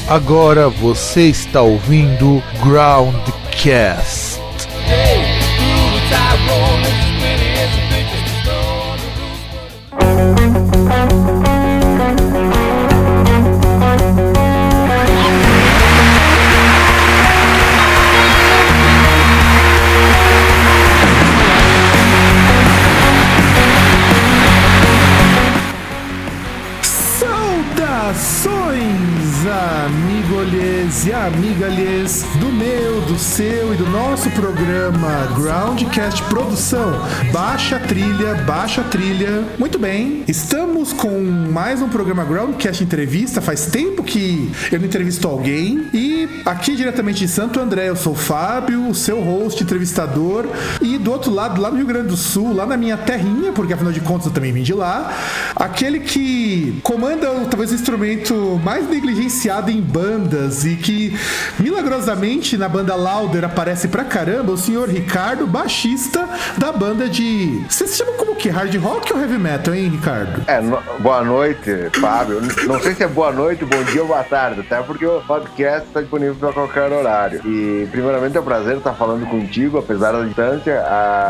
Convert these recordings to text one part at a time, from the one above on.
Agora você está ouvindo Groundcast. Amigolhes e amigalhes do meu, do seu e do nosso programa Groundcast Produção. Baixa a trilha. Muito bem, estamos com mais um programa Groundcast Entrevista. Faz tempo que eu não entrevisto alguém. E aqui diretamente de Santo André, eu sou o Fábio, o seu host, entrevistador. E do outro lado, lá no Rio Grande do Sul, lá na minha terrinha, porque afinal de contas eu também vim de lá, aquele que comanda talvez o instrumento mais negligenciado em bandas e que milagrosamente na banda Louder aparece pra caramba, o senhor Ricardo, baixista da banda de... Vocês se chamam como que? Hard rock ou heavy metal, hein, Ricardo? Boa noite, Fábio. Não sei se é boa noite, bom dia ou boa tarde, até porque o podcast está disponível para qualquer horário. E primeiramente é um prazer estar falando contigo, apesar da distância.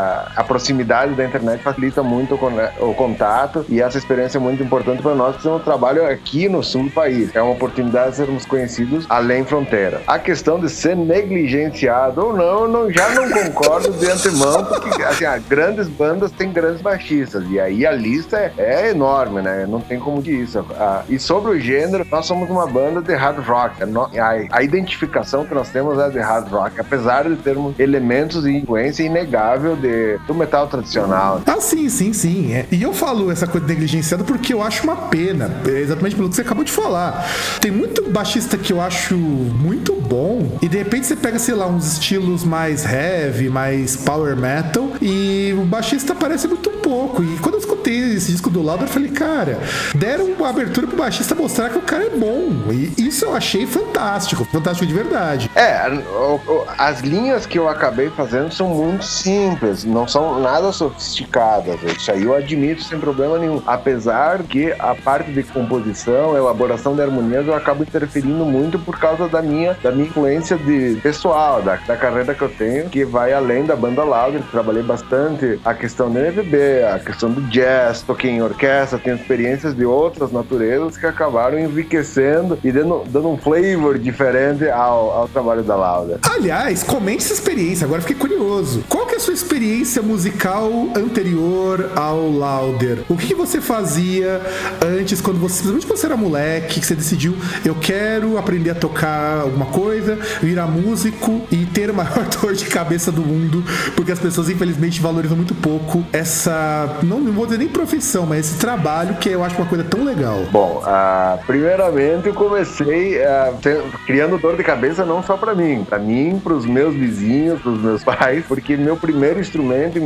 A proximidade da internet facilita muito o contato e essa experiência é muito importante para nós que temos trabalho aqui no sul do país. É uma oportunidade de sermos conhecidos além fronteira. A questão de ser negligenciado ou não, já não concordo de antemão, porque assim, grandes bandas têm grandes baixistas, e aí a lista é enorme, né? Não tem como dizer isso. E sobre o gênero, nós somos uma banda de hard rock. A identificação que nós temos é de hard rock, apesar de termos elementos de influência inegável do metal tradicional. Sim. E eu falo essa coisa negligenciada porque eu acho uma pena, exatamente pelo que você acabou de falar. Tem muito baixista que eu acho muito bom, e de repente você pega, sei lá, uns estilos mais heavy, mais power metal, e o baixista aparece muito pouco. E quando eu escutei esse disco do Louder, eu falei, cara, deram uma abertura pro baixista mostrar que o cara é bom. E isso eu achei fantástico de verdade. As linhas que eu acabei fazendo são muito simples, não são nada sofisticadas. Isso aí eu admito sem problema nenhum. Apesar que a parte de composição, elaboração de harmonias, eu acabo interferindo muito por causa da minha influência pessoal, da carreira que eu tenho, que vai além da banda Louder. Trabalhei bastante a questão do MPB, a questão do jazz, toquei em orquestra, tenho experiências de outras naturezas que acabaram enriquecendo e dando um flavor diferente ao trabalho da Louder. Aliás, comente essa experiência, agora fiquei curioso. Qual que é a sua experiência musical anterior ao Louder? O que você fazia antes, principalmente quando você era moleque, que você decidiu, eu quero aprender a tocar alguma coisa, virar músico e ter a maior dor de cabeça do mundo, porque as pessoas infelizmente valorizam muito pouco essa, não vou dizer nem profissão, mas esse trabalho que eu acho uma coisa tão legal. Bom, primeiramente eu comecei criando dor de cabeça não só pra mim, pros meus vizinhos, pros meus pais, porque meu primeiro instrumento,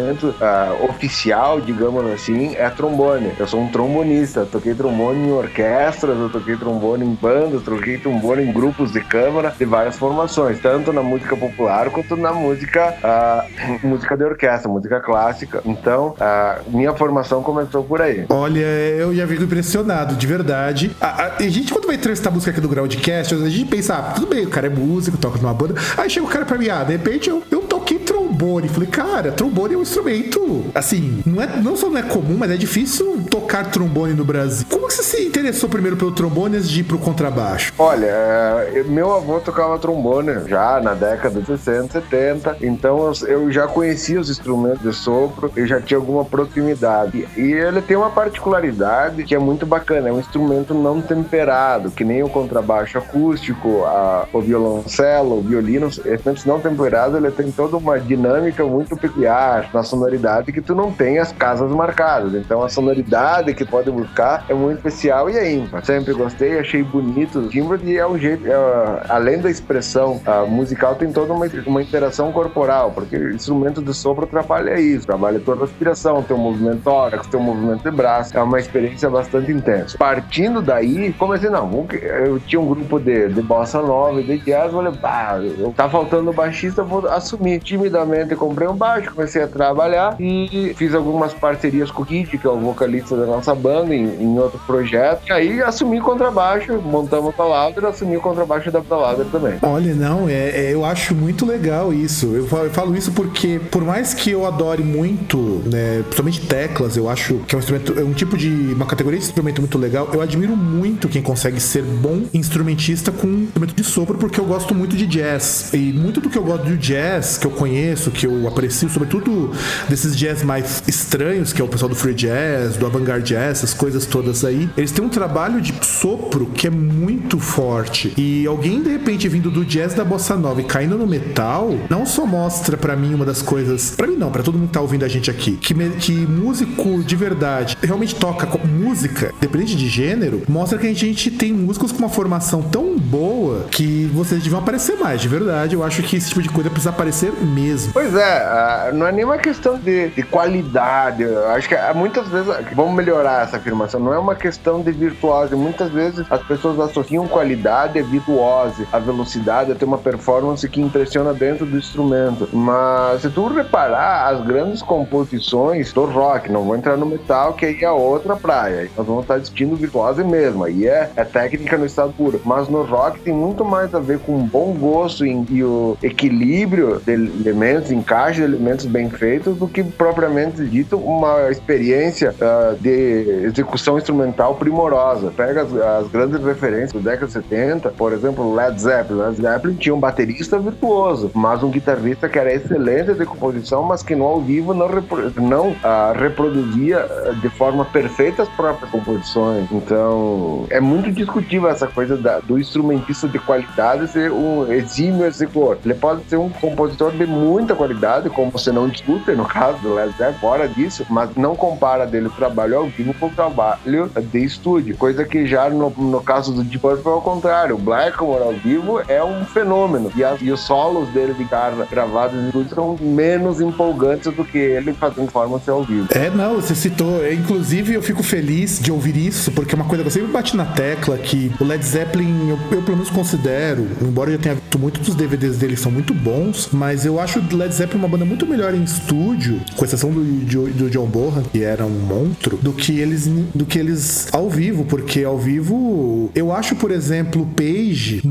oficial, digamos assim, é trombone. Eu sou um trombonista, toquei trombone em orquestras, eu toquei trombone em bandas, toquei trombone em grupos de câmara de várias formações, tanto na música popular quanto na música de orquestra, música clássica. Então, minha formação começou por aí. Olha, eu já fico impressionado, de verdade. A gente, quando vai entrevistar a música aqui do Groundcast, a gente pensa, tudo bem, o cara é músico, toca numa banda. Aí chega o cara pra mim, de repente eu toquei trombone. Falei, cara, trombone é um instrumento, assim, não só não é comum, mas é difícil tocar trombone no Brasil. Como que você se interessou primeiro pelo trombone antes de ir pro contrabaixo? Olha, meu avô tocava trombone já na década de 60, 70, então eu já conhecia os instrumentos de sopro, eu já tinha alguma proximidade. E ele tem uma particularidade que é muito bacana, é um instrumento não temperado, que nem o contrabaixo acústico, o violoncelo, o violino, instrumentos não temperados, ele tem toda uma dinâmica muito peculiar na sonoridade que tu não tem as casas marcadas. Então a sonoridade que tu pode buscar é muito especial e é ímpar. Sempre gostei, achei bonito o timbre e é um jeito, além da expressão musical, tem toda uma interação corporal, porque o instrumento de sopro trabalha isso, trabalha toda a respiração, tem um movimento tórax, tem um movimento de braço, é uma experiência bastante intensa. Partindo daí, comecei, eu tinha um grupo de bossa nova e de jazz, eu falei, tá faltando baixista, vou assumir timidamente Simplesmente comprei um baixo, comecei a trabalhar e fiz algumas parcerias com o Kid, que é o vocalista da nossa banda, em outro projeto. E aí assumi o contrabaixo, montamos a Louder, assumi o contrabaixo da Louder também. Olha, não, eu acho muito legal isso. Eu falo isso porque, por mais que eu adore muito, né, principalmente teclas, eu acho que é um instrumento, uma categoria de instrumento muito legal. Eu admiro muito quem consegue ser bom instrumentista com instrumento de sopro, porque eu gosto muito de jazz. E muito do que eu gosto do jazz, que eu conheço, que eu aprecio, sobretudo desses jazz mais estranhos, que é o pessoal do free jazz, do avant-garde jazz, essas coisas todas aí, eles têm um trabalho de sopro que é muito forte. E alguém, de repente, vindo do jazz da bossa nova e caindo no metal, não só mostra pra mim uma das coisas, pra mim não, pra todo mundo que tá ouvindo a gente aqui, que músico de verdade realmente toca música, independente de gênero, mostra que a gente tem músicos com uma formação tão boa que vocês deviam aparecer mais, de verdade. Eu acho que esse tipo de coisa precisa aparecer mesmo. Pois é, não é nenhuma questão de qualidade. Eu acho que muitas vezes, vamos melhorar essa afirmação, não é uma questão de virtuose. Muitas vezes as pessoas associam qualidade a virtuose, a velocidade, a ter uma performance que impressiona dentro do instrumento. Mas se tu reparar, as grandes composições do rock, não vou entrar no metal, que aí é outra praia, nós vamos estar discutindo virtuose mesmo, aí é técnica no estado puro. Mas no rock tem muito mais a ver com um bom gosto e o equilíbrio de elementos, encaixe de elementos bem feitos, do que propriamente dito uma experiência de execução instrumental primorosa. Pega as grandes referências da década de 70, por exemplo, Led Zeppelin. Led Zeppelin tinha um baterista virtuoso, mas um guitarrista que era excelente de composição, mas que no ao vivo não reproduzia de forma perfeita as próprias composições. Então, é muito discutível essa coisa do instrumentista de qualidade ser um exímio executor. Ele pode ser um compositor de muita qualidade, como você não discute no caso do Led Zeppelin, fora disso, mas não compara dele o trabalho ao vivo com o trabalho de estúdio, coisa que já no caso do Deep Purple é o contrário. O Blackmore ao vivo é um fenômeno, e os solos dele de guitarra gravados em estúdio são menos empolgantes do que ele fazendo performance ao vivo. Não, você citou, inclusive eu fico feliz de ouvir isso, porque é uma coisa que eu sempre bati na tecla, que o Led Zeppelin, eu pelo menos considero, embora eu já tenha visto muitos dos DVDs dele são muito bons, mas eu acho o Led Zeppelin uma banda muito melhor em estúdio, com exceção do John Bonham, que era um monstro, do que eles ao vivo, porque ao vivo eu acho, por exemplo, o Page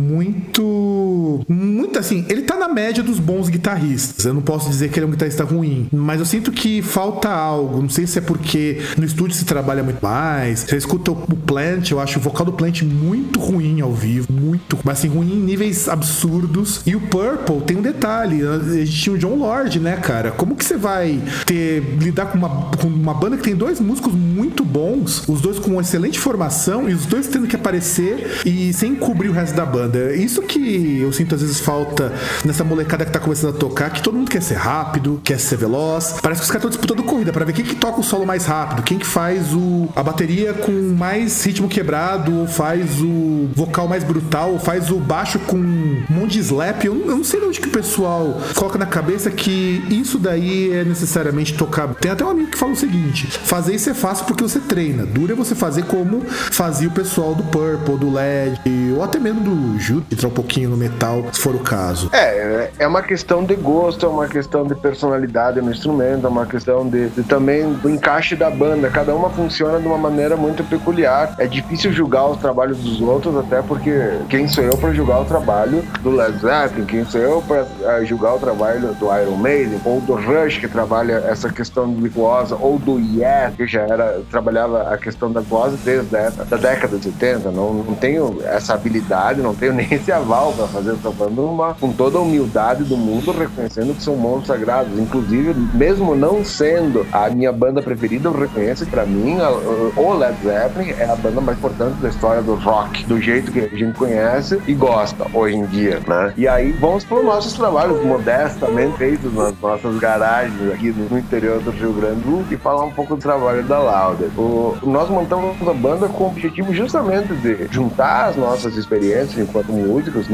muito assim, ele tá na média dos bons guitarristas. Eu não posso dizer que ele é um guitarrista ruim, mas eu sinto que falta algo. Não sei se é porque no estúdio se trabalha muito mais. Você escuta o Plant, eu acho o vocal do Plant muito ruim ao vivo, mas assim, ruim em níveis absurdos. E o Purple tem um detalhe, a gente tinha o John Lord, né, cara? Como que você vai lidar com uma banda que tem dois músicos muito bons, os dois com uma excelente formação e os dois tendo que aparecer e sem cobrir o resto da banda? Isso que eu sinto às vezes falta nessa molecada que tá começando a tocar, que todo mundo quer ser rápido, quer ser veloz. Parece que os caras estão disputando corrida pra ver quem que toca o solo mais rápido, quem que faz a bateria com mais ritmo quebrado, ou faz o vocal mais brutal, ou faz o baixo com um monte de slap. Eu não sei de onde que o pessoal coloca na cabeça que isso daí é necessariamente tocar. Tem até um amigo que fala o seguinte: fazer isso é fácil porque você treina, dura é você fazer como fazia o pessoal do Purple, do LED, ou até mesmo do Judas, entrar um pouquinho no metal, se for o caso. É uma questão de gosto, é uma questão de personalidade no instrumento, é uma questão de também do encaixe da banda. Cada uma funciona de uma maneira muito peculiar. É difícil julgar os trabalhos dos outros, até porque quem sou eu para julgar o trabalho do Led Zeppelin, quem sou eu para julgar o trabalho do Iron Maiden, ou do Rush, que trabalha essa questão de virtuosa, ou do Yes, que já trabalhava a questão da virtuosa desde a década de 70. Não tenho essa habilidade, não tenho nem esse aval para fazer. Estou falando com toda a humildade do mundo, reconhecendo que são monstros sagrados. Inclusive, mesmo não sendo a minha banda preferida, eu reconheço que para mim o Led Zeppelin é a banda mais importante da história do rock, do jeito que a gente conhece e gosta hoje em dia, né? E aí vamos para os nossos trabalhos modestamente feitos nas nossas garagens aqui no interior do Rio Grande do Sul e falar um pouco do trabalho da Louder. Nós montamos a banda com o objetivo justamente de juntar as nossas experiências enquanto músicos, minha,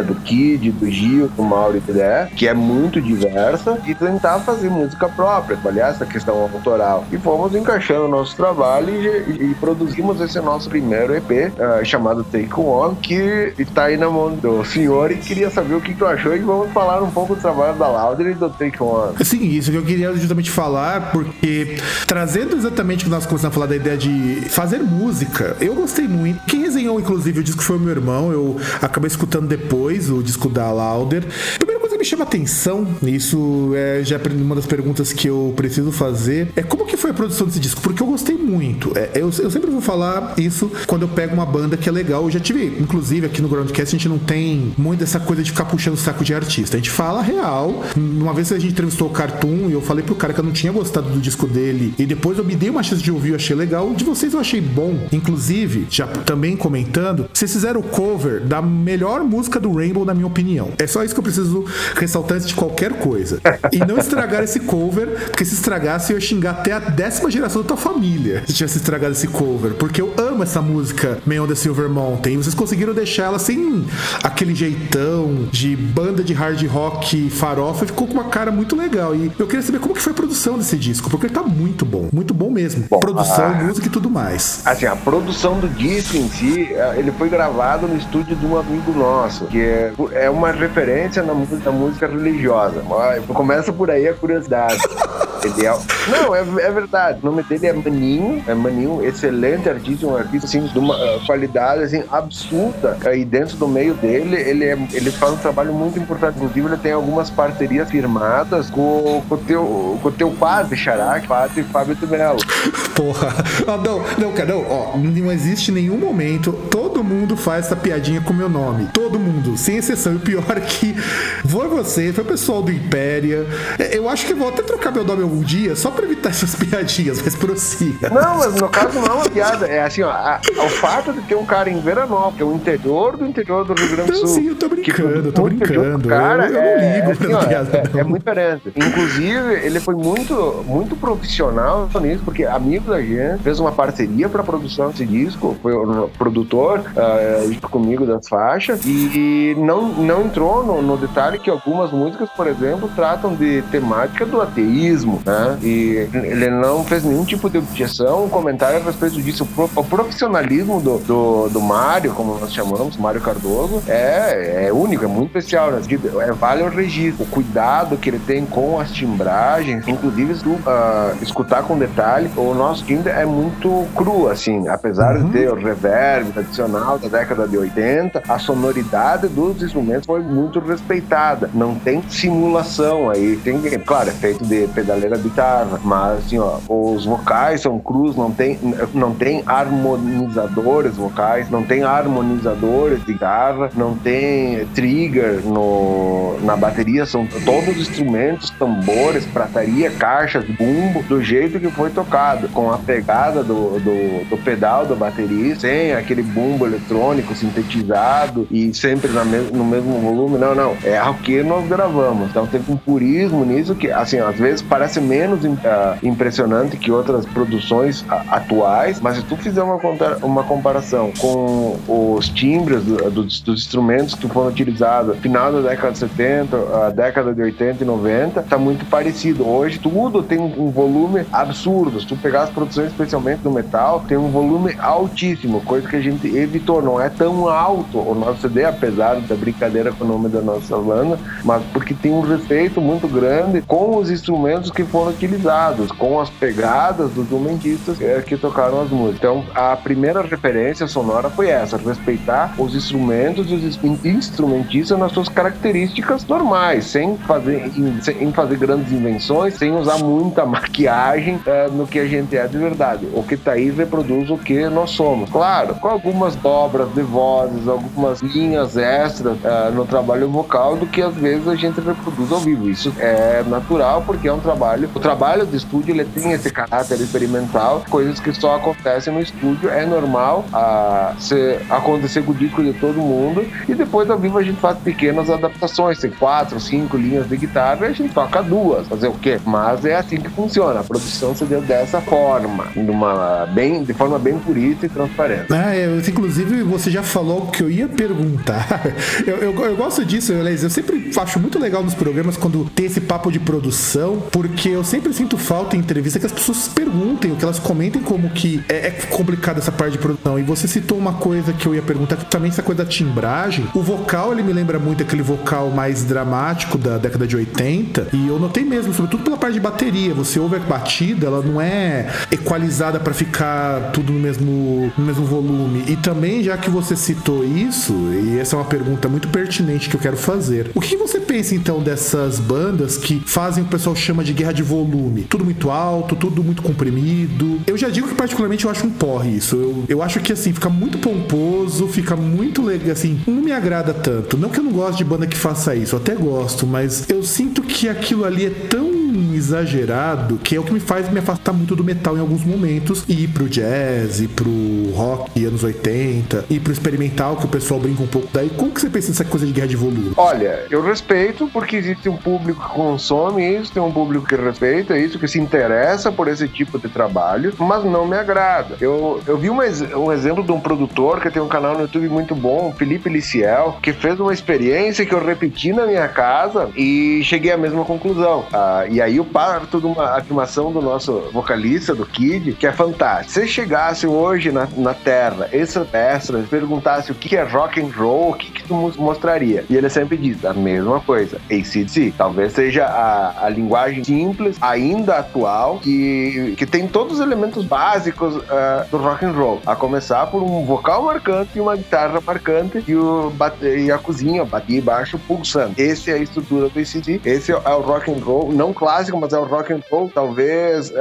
do Kid, do Gil, do Mauro e do Dé, que é muito diversa, e tentar fazer música própria, trabalhar essa questão autoral. E fomos encaixando o nosso trabalho e produzimos esse nosso primeiro EP, chamado Take One, que está aí na mão do senhor, e queria saber o que tu achou, e vamos falar um pouco do trabalho da Lauder e do Take One. Sim, isso que eu queria justamente falar, porque trazendo exatamente o que nós começamos a falar da ideia de fazer música, eu gostei muito. Quem resenhou, inclusive, o disco foi o meu irmão, eu acabei escutando depois o disco da Lauder. Primeira coisa que me chama atenção, isso já é uma das perguntas que eu preciso fazer, é como que foi a produção desse disco, porque eu gostei muito. Eu sempre vou falar isso quando eu pego uma banda que é legal. Eu já tive, inclusive, aqui no Groundcast, a gente não tem muito essa coisa de ficar puxando o saco de artista. A gente fala real. Uma vez a gente entrevistou o Cartoon e eu falei pro cara que eu não tinha gostado do disco dele, e depois eu me dei uma chance de ouvir, eu achei legal. O de vocês eu achei bom. Inclusive, já também comentando, vocês fizeram o cover da melhor música do Rainbow, na minha opinião. É só isso que eu preciso ressaltar antes de qualquer coisa. E não estragar esse cover, porque se estragasse eu ia xingar até a 10ª geração da tua família se tivesse estragado esse cover, porque eu amo essa música Man on the Silver Mountain, e vocês conseguiram deixar ela sem aquele jeitão de banda de hard rock farofa, e ficou com uma cara muito legal. E eu queria saber como que foi a produção desse disco, porque ele tá muito bom mesmo. Produção, música e tudo mais. Assim, a produção do disco em si, ele foi gravado no estúdio de um amigo nosso, que é uma referência na música religiosa. Começa por aí a curiosidade. Não, é verdade. O nome dele é Maninho, excelente artista, um artista assim, de uma qualidade assim, absurda. E dentro do meio dele, ele faz um trabalho muito importante. Inclusive, ele tem algumas parcerias firmadas com o teu padre, Xará, padre Fábio de Mello. Porra. Não, cara, não. Ó, não existe nenhum momento. Todo mundo faz essa piadinha com o meu nome. Todo mundo, sem exceção. E o pior é que foi o pessoal do Impéria. Eu acho que eu vou até trocar meu nome algum dia, só pra evitar essas piadinhas, mas prossiga. Não, mas no caso não é uma piada. É assim, ó, o fato de ter um cara em Veranópolis, que é o interior do Rio Grande do Sul. Sim, eu tô brincando. Cara, eu não ligo assim, pra piada. É muito diferente. Inclusive, ele foi muito, muito profissional nisso, porque amigo da gente fez uma parceria pra produção desse disco, foi o produtor junto comigo das faixas, e não entrou no detalhe que algumas músicas, por exemplo, tratam de temática do ateísmo, né? E ele não fez nenhum tipo de objeção, comentário a respeito disso. O profissionalismo do Mário, como nós chamamos, Mário Cardoso, é único, é muito especial, né? Vale o registro, o cuidado que ele tem com as timbragens, inclusive escutar com detalhe. O nosso timbre é muito cru, assim, apesar de ter o reverb tradicional da década de 80, a sonoridade dos instrumentos foi muito respeitada, não tem simulação aí, claro, é feito de pedaleira de guitarra, mas assim, ó, os vocais são crus, não tem harmonizadores vocais, não tem harmonizadores de guitarra, não tem trigger na bateria, são todos os instrumentos, tambores, prataria, caixas, bumbo, do jeito que foi tocado, com a pegada do pedal da bateria, sem aquele bumbo eletrônico sintetizado e sempre no mesmo volume, não, é o que nós gravamos. Então teve um purismo nisso que, assim, às vezes parece menos impressionante que outras produções atuais, mas se tu fizer uma comparação com os timbres dos instrumentos que foram utilizados no final da década de 70, a década de 80 e 90, tá muito parecido. Hoje tudo tem um volume absurdo. Se tu pegar as produções, especialmente do metal, tem um volume altíssimo, coisa que a gente evitou. Não é tão alto o nosso CD, apesar da brincadeira com o nome da nossa banda, mas porque tem um respeito muito grande com os instrumentos que foram utilizados, com as pegadas dos instrumentistas que tocaram as músicas. Então, a primeira referência sonora foi essa, respeitar os instrumentos e os instrumentistas nas suas características normais, sem fazer grandes invenções, sem usar muita maquiagem no que a gente é de verdade. O que tá aí reproduz o que nós somos. Claro, com algumas dobras de vozes, algumas linhas extras no trabalho vocal do que às vezes a gente reproduz ao vivo. Isso é natural, porque é um trabalho. O trabalho de estúdio, ele tem esse caráter experimental, coisas que só acontecem no estúdio, é normal acontecer com o disco de todo mundo, e depois ao vivo a gente faz pequenas adaptações, tem 4, 5 linhas de guitarra e a gente toca 2, fazer o quê? Mas é assim que funciona, a produção se deu dessa forma, de forma bem purista e transparente. Inclusive Inclusive, você já falou o que eu ia perguntar. Eu gosto disso, aliás, eu sempre acho muito legal nos programas quando tem esse papo de produção, porque eu sempre sinto falta em entrevista que as pessoas perguntem, que elas comentem como que é complicado essa parte de produção. E você citou uma coisa que eu ia perguntar, que também essa coisa da timbragem. O vocal, ele me lembra muito aquele vocal mais dramático da década de 80, e eu notei mesmo, sobretudo pela parte de bateria. Você ouve a batida, ela não é equalizada pra ficar tudo no mesmo volume. E também, já que você citou isso, e essa é uma pergunta muito pertinente que eu quero fazer, o que você pensa então dessas bandas que fazem o pessoal chama de guerra de volume? Tudo muito alto, tudo muito comprimido. Eu já digo que particularmente eu acho um porre isso. Eu acho que assim, fica muito pomposo, fica muito legal, assim, não me agrada tanto. Não que eu não goste de banda que faça isso, eu até gosto, mas eu sinto que aquilo ali é tão exagerado que é o que me faz me afastar muito do metal em alguns momentos e ir pro jazz, ir pro rock anos 80, ir pro experimental, que o pessoal brinca um pouco daí. Como que você pensa nessa coisa de guerra de volume? Olha, eu respeito porque existe um público que consome isso, tem um público que respeita isso, que se interessa por esse tipo de trabalho, mas não me agrada. Eu vi um exemplo de um produtor que tem um canal no YouTube muito bom, Felipe Liciel, que fez uma experiência que eu repeti na minha casa e cheguei à mesma conclusão. E aí eu parto de uma afirmação do nosso vocalista, do Kid, que é fantástico. Se chegasse hoje na Terra, extraterrestres, perguntasse o que é rock and roll, o que tu mostraria? E ele sempre diz a mesma coisa, AC/DC. Talvez seja a linguagem simples, ainda atual, que tem todos os elementos básicos do rock and roll, a começar por um vocal marcante e uma guitarra marcante e a cozinha, bateria e baixo pulsando. Essa é a estrutura do AC/DC. Esse é o rock and roll, não clássico, mas é o rock and roll talvez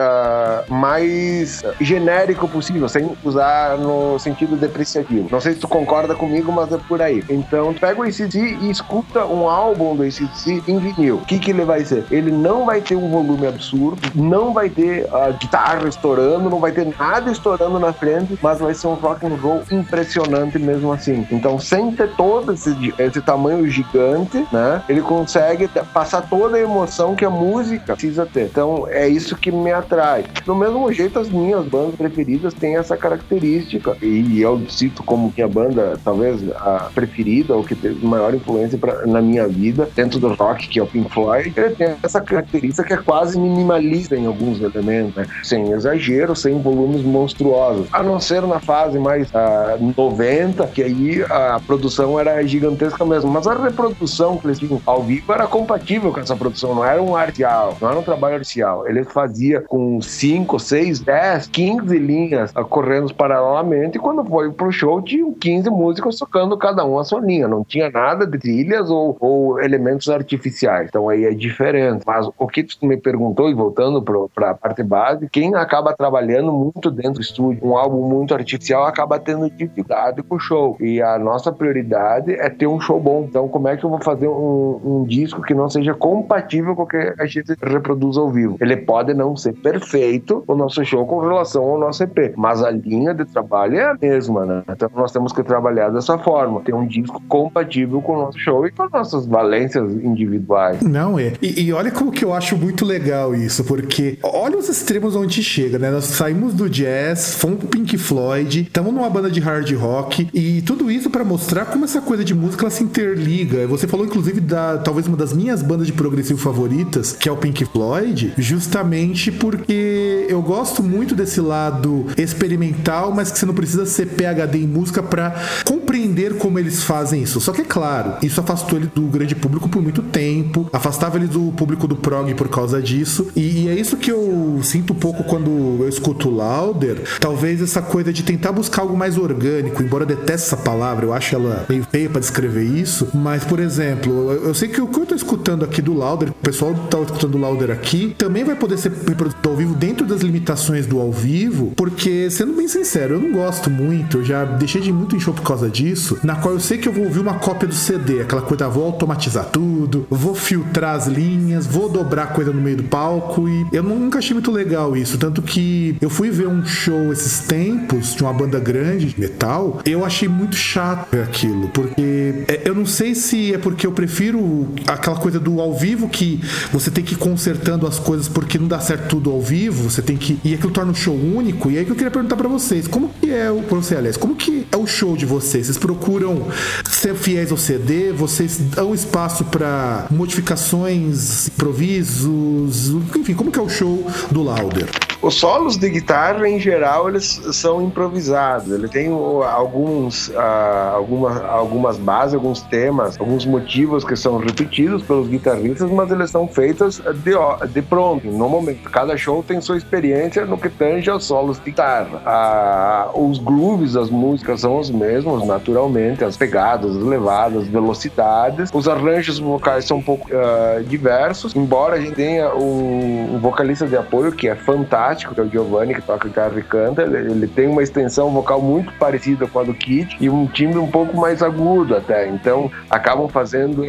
mais genérico possível, sem usar no sentido depreciativo. Não sei se tu concorda comigo, mas é por aí. Então, tu pega o AC/DC e escuta um álbum do AC/DC em vinil. O que ele vai ser? Ele não vai ter um volume absurdo, não vai ter a guitarra estourando, não vai ter nada estourando na frente, mas vai ser um rock and roll impressionante mesmo assim. Então, sem ter todo esse tamanho gigante, né, ele consegue passar toda a emoção que a música precisa ter. Então, é isso que me atrai. Do mesmo jeito, as minhas bandas preferidas têm essa característica, e eu cito como minha banda, talvez a preferida, ou que teve maior influência na minha vida, dentro do rock, que é o Pink Floyd. Ele tem essa característica que é quase minimalista em alguns elementos, né? Sem exagero, sem volumes monstruosos, a não ser na fase mais 90, que aí a produção era gigantesca mesmo, mas a reprodução que eles tinham ao vivo era compatível com essa produção, não era um artial, não era um trabalho artial. Ele fazia com 5, 6, 10, 15 linhas correndo paralelamente, e quando foi pro show tinham 15 músicos tocando cada um a sua linha, não tinha nada de trilhas ou elementos artificiais. Então aí é diferente. Mas o que tu me perguntou, e voltando pra parte base, quem acaba trabalhando muito dentro do estúdio, um álbum muito artificial, acaba tendo dificuldade com o show. E a nossa prioridade é ter um show bom. Então como é que eu vou fazer um disco que não seja compatível com o que a gente reproduz ao vivo? Ele pode não ser perfeito, o nosso show, com relação ao nosso EP, mas a linha de trabalho é a mesma, né? Então nós temos que trabalhar dessa forma, ter um disco compatível com o nosso show e com as nossas valências individuais. Não é. E olha como que eu acho muito legal isso, porque olha os extremos onde chega, né? Nós saímos do jazz, fomos pro Pink Floyd, estamos numa banda de hard rock, e tudo isso para mostrar como essa coisa de música ela se interliga. Você falou inclusive talvez uma das minhas bandas de progressivo favoritas, que é o Pink Floyd, justamente porque eu gosto muito desse lado experimental, mas que você não precisa ser PhD em música para compreender como eles fazem isso. Só que é claro, isso afastou ele do grande público por muito tempo, afastava ele do público do prog por causa disso, e é isso que eu sinto um pouco quando eu escuto o Louder. Talvez essa coisa de tentar buscar algo mais orgânico, embora eu deteste essa palavra, eu acho ela meio feia pra descrever isso, mas, por exemplo, eu sei que o que eu tô escutando aqui do Louder, o pessoal que tá escutando o Louder aqui, também vai poder ser reproduzido ao vivo dentro das limitações do ao vivo, porque, sendo bem sincero, eu não gosto muito, eu já deixei de ir muito em show por causa disso, na qual eu sei que eu vou ouvir uma cópia do CD, aquela coisa, vou automatizar tudo, vou filtrar as linhas, vou dobrar coisa no meio do palco, e eu nunca achei muito legal isso, tanto que eu fui ver um show esses tempos de uma banda grande de metal, eu achei muito chato ver aquilo, porque eu não sei se é porque eu prefiro aquela coisa do ao vivo, que você tem que ir consertando as coisas porque não dá certo tudo ao vivo, você tem que, e aquilo torna o show único. E aí que eu queria perguntar pra vocês, como que é pra você, aliás, Como que é o show de vocês? Vocês procuram ser fiéis ao CD? Vocês dão espaço para modificações, improvisos? Enfim, como que é o show do Lauder? Os solos de guitarra, em geral, eles são improvisados. Ele tem algumas bases, alguns temas, alguns motivos que são repetidos pelos guitarristas, mas eles são feitos de pronto, no momento. Cada show tem sua experiência no que tange aos solos de guitarra. Os grooves das músicas são os mesmos, naturalmente, as pegadas, as levadas, velocidades. Os arranjos vocais são um pouco diversos, embora a gente tenha um vocalista de apoio que é fantástico, que é o Giovanni, que toca guitarra e canta. Ele tem uma extensão vocal muito parecida com a do Kid e um timbre um pouco mais agudo até. Então, acabam fazendo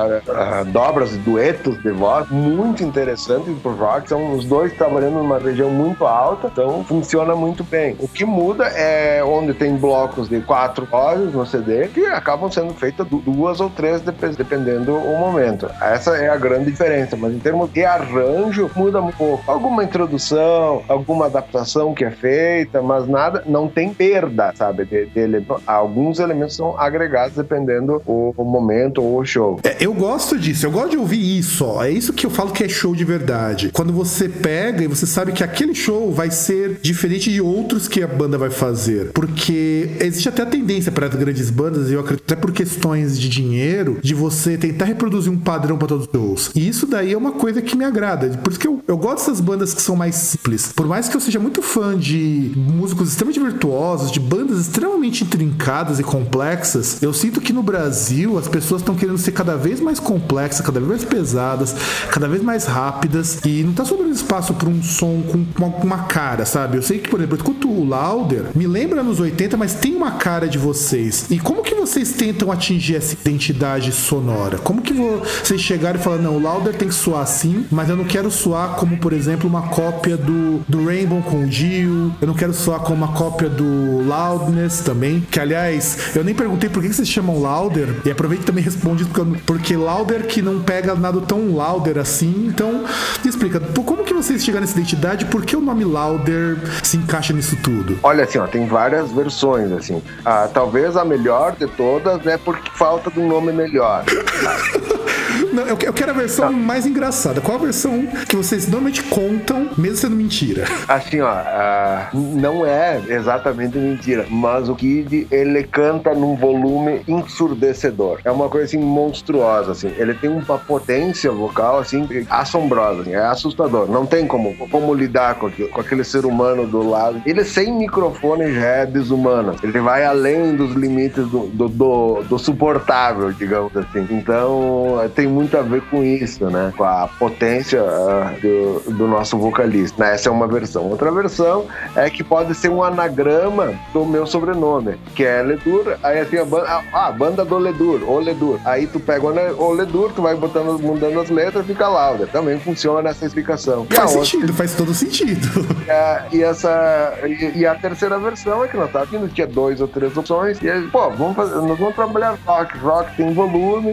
dobras, duetos de voz muito interessantes pro rock. São os dois trabalhando numa região muito alta, então funciona muito bem. O que muda é onde tem blocos de 4 vozes no CD, que acabam sendo feitas 2 ou 3, dependendo do momento. Essa é a grande diferença, mas em termos de arranjo, muda um pouco. Alguma introdução, alguma adaptação que é feita, mas nada, não tem perda, sabe, dele. Alguns elementos são agregados dependendo o momento ou o show. Eu gosto disso, eu gosto de ouvir isso, ó. É isso que eu falo que é show de verdade. Quando você pega e você sabe que aquele show vai ser diferente de outros que a banda vai fazer. Porque existe até a tendência para as grandes bandas, eu acredito, até por questões de dinheiro, de você tentar reproduzir um padrão para todos os shows. E isso daí é uma coisa que me agrada. Por isso que eu gosto dessas bandas que são mais simples. Por mais que eu seja muito fã de músicos extremamente virtuosos, de bandas extremamente intrincadas e complexas, eu sinto que no Brasil as pessoas estão querendo ser cada vez mais complexas, cada vez mais pesadas, cada vez mais rápidas, e não tá sobrando espaço para um som com uma cara, sabe? Eu sei que, por exemplo, eu escuto o Lauder, me lembra anos 80, mas tem uma cara de vocês. E como que vocês tentam atingir essa identidade sonora? Como que vocês chegaram e falaram, não, o Lauder tem que soar assim, mas eu não quero soar como, por exemplo, uma cópia do Rainbow com o Dio, eu não quero soar como uma cópia do Loudness também, que aliás, eu nem perguntei por que vocês chamam Lauder, e aproveito também responde porque Lauder que não pega nada tão Lauder assim. Então, me explica, como que vocês chegaram nessa identidade, por que o nome Lauder se encaixa nisso tudo? Olha, assim, ó, tem várias versões, assim. Talvez a melhor de todas é porque falta de um nome melhor. Não, eu quero a versão mais engraçada. Qual a versão que vocês normalmente contam, mesmo sendo mentira? Assim, ó, não é exatamente mentira, mas o Kid, ele canta num volume ensurdecedor. É uma coisa, assim, monstruosa, assim. Ele tem uma potência vocal, assim, assombrosa, assim, é assustador. Não tem como lidar com aquele ser humano do lado. Ele sem microfone já é desumano. Ele vai além dos limites do suportável, digamos assim. Então, tem muito a ver com isso, né? Com a potência do nosso vocalista. Essa é uma versão. Outra versão é que pode ser um anagrama do meu sobrenome, que é Ledur. Aí assim, a banda do Ledur, o Ledur. Aí tu pega o Ledur, tu vai mudando as letras, fica Lauder. Também funciona essa explicação. Faz todo sentido. E a terceira versão é que nós estávamos vindo, tinha 2 ou 3 opções, e aí, nós vamos trabalhar rock tem volume,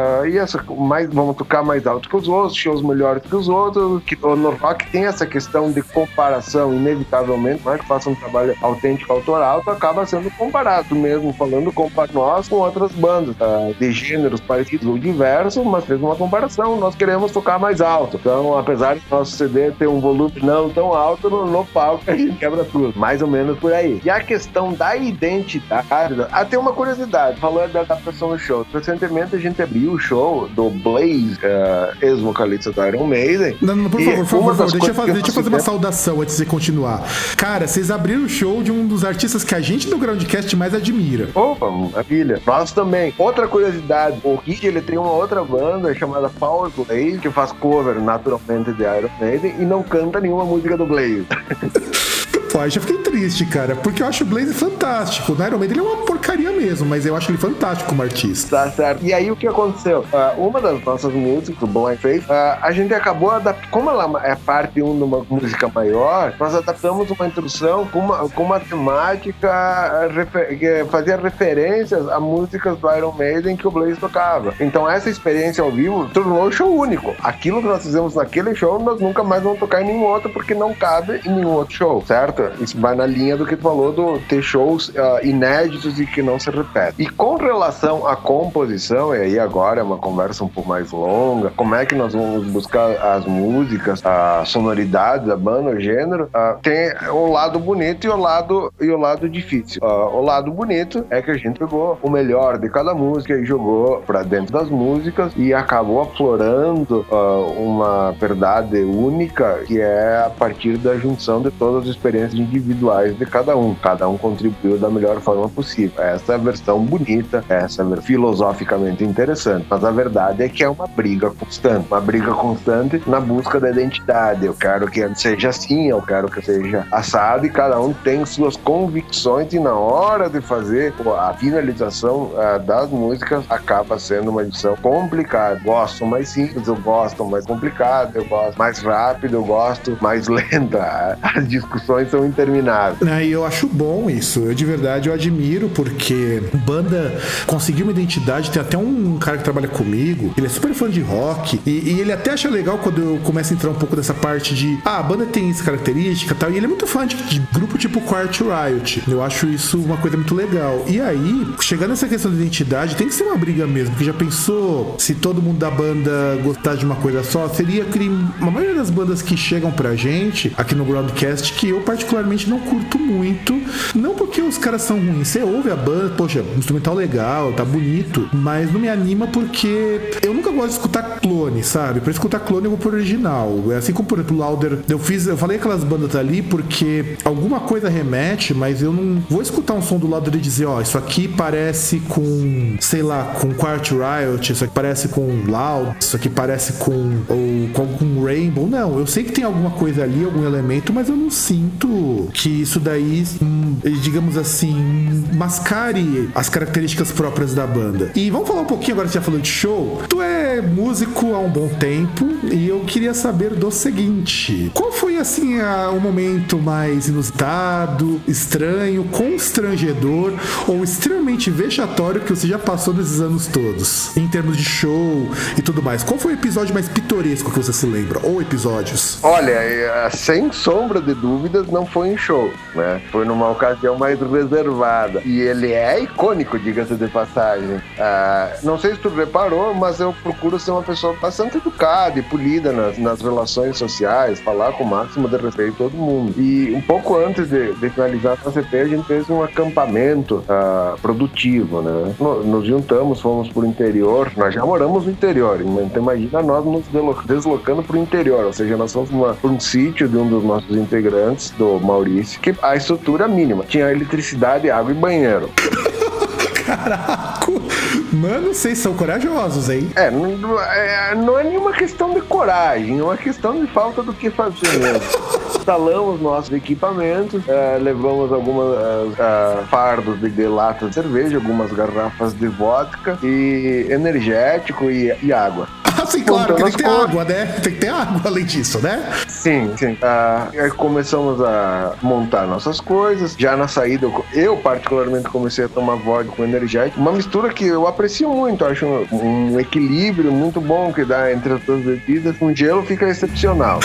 vamos tocar mais alto que os outros, shows melhores que os outros, que no rock tem essa questão de comparação, inevitavelmente, mas que faça um trabalho autêntico, autoral, tu acaba sendo comparado, mesmo falando nós com outras bandas, de gêneros parecidos ou diversos, mas fez uma comparação, nós queremos tocar mais alto. Então, apesar de nosso CD ter um volume não tão alto, no palco a gente quebra tudo, mais ou menos por aí. E a questão da identidade, tem uma curiosidade, falando da adaptação do show. Recentemente a gente abriu o show do Blaze, ex-vocalista do Iron Maiden. Não, por favor, deixa eu fazer uma saudação antes de continuar. Cara, vocês abriram o show de um dos artistas que a gente do Groundcast mais admira. Opa, maravilha. Nós também. Outra curiosidade, o Rick, ele tem uma outra banda chamada Power Blaze, que faz cover naturalmente de Iron Maiden e não canta nenhuma música do Blaze. Pô, eu já fiquei triste, cara, porque eu acho o Blaze fantástico. O Iron Maiden ele é uma porcaria mesmo, mas eu acho ele fantástico como artista. Tá certo. E aí o que aconteceu? Uma das nossas músicas, o Blind Faith, a gente acabou adaptando, como ela é parte 1 de uma música maior, nós adaptamos uma introdução com uma temática que fazia referências a músicas do Iron Maiden que o Blaze tocava. Então essa experiência ao vivo tornou o show único. Aquilo que nós fizemos naquele show, nós nunca mais vamos tocar em nenhum outro, porque não cabe em nenhum outro show, certo? isso vai na linha do que tu falou, do ter shows inéditos e que não se repetem. E com relação à composição, e aí agora é uma conversa um pouco mais longa, como é que nós vamos buscar as músicas, a sonoridade da banda, o gênero, tem o lado bonito e o lado difícil. O lado bonito é que a gente pegou o melhor de cada música e jogou pra dentro das músicas e acabou aflorando uma verdade única, que é a partir da junção de todas as experiências individuais de cada um. Cada um contribuiu da melhor forma possível. Essa é a versão bonita, essa é filosoficamente interessante, mas a verdade é que é uma briga constante na busca da identidade. Eu quero que seja assim, eu quero que seja assado, e cada um tem suas convicções, e na hora de fazer a finalização das músicas acaba sendo uma edição complicada. Gosto mais simples, eu gosto mais complicado, eu gosto mais rápido, eu gosto mais lenta. As discussões são intermináveis. E eu acho bom isso. Eu de verdade admiro, porque banda conseguiu uma identidade. Tem até um cara que trabalha comigo, ele é super fã de rock, e ele até acha legal quando eu começo a entrar um pouco dessa parte de a banda tem essa característica e tal, e ele é muito fã de grupo tipo Quiet Riot. Eu acho isso uma coisa muito legal. E aí, chegando nessa questão de identidade, tem que ser uma briga mesmo, porque já pensou se todo mundo da banda gostar de uma coisa só? Seria uma maioria das bandas que chegam pra gente aqui no Groundcast, que eu particularmente não curto muito, não porque os caras são ruins. Você ouve a banda, poxa, instrumental legal, tá bonito, mas não me anima porque eu nunca gosto de escutar clone, sabe? Pra escutar clone eu vou pro original. É assim como, por exemplo, Louder, eu falei aquelas bandas ali porque alguma coisa remete, mas eu não vou escutar um som do Louder e dizer, isso aqui parece com, sei lá, com Quiet Riot, isso aqui parece com Loud, isso aqui parece com Rainbow. Não, eu sei que tem alguma coisa ali, algum elemento, mas eu não sinto que isso daí, digamos assim, mascare as características próprias da banda. E vamos falar um pouquinho agora que você já falou de show. Tu é músico há um bom tempo e eu queria saber do seguinte: qual foi, assim, o momento mais inusitado, estranho, constrangedor ou extremamente vexatório que você já passou nesses anos todos, em termos de show e tudo mais? Qual foi o episódio mais pitoresco que você se lembra? Ou episódios? Olha, sem sombra de dúvidas, não foi em show, né? Foi numa ocasião mais reservada. E ele é icônico, diga-se de passagem. Não sei se tu reparou, mas eu procuro ser uma pessoa bastante educada e polida nas relações sociais, falar com o máximo de respeito a todo mundo. E um pouco antes de finalizar a CP, a gente fez um acampamento produtivo, né? Nos juntamos, fomos pro interior. Nós já moramos no interior, então imagina nós nos deslocando pro interior, ou seja, nós fomos para um sítio de um dos nossos integrantes, do Maurício, que a estrutura mínima tinha eletricidade, água e banheiro. Caraca! Mano, vocês são corajosos, hein? Não é nenhuma questão de coragem, é uma questão de falta do que fazer mesmo. Instalamos nossos equipamentos, levamos algumas fardos de latas de cerveja, algumas garrafas de vodka e energético e água. Sim, claro, que tem que ter água, né? Tem que ter água além disso, né? Sim. Aí começamos a montar nossas coisas. Já na saída, eu particularmente comecei a tomar vodka com energético. Uma mistura que eu aprecio muito. Acho um equilíbrio muito bom que dá entre as duas bebidas. Com gelo fica excepcional.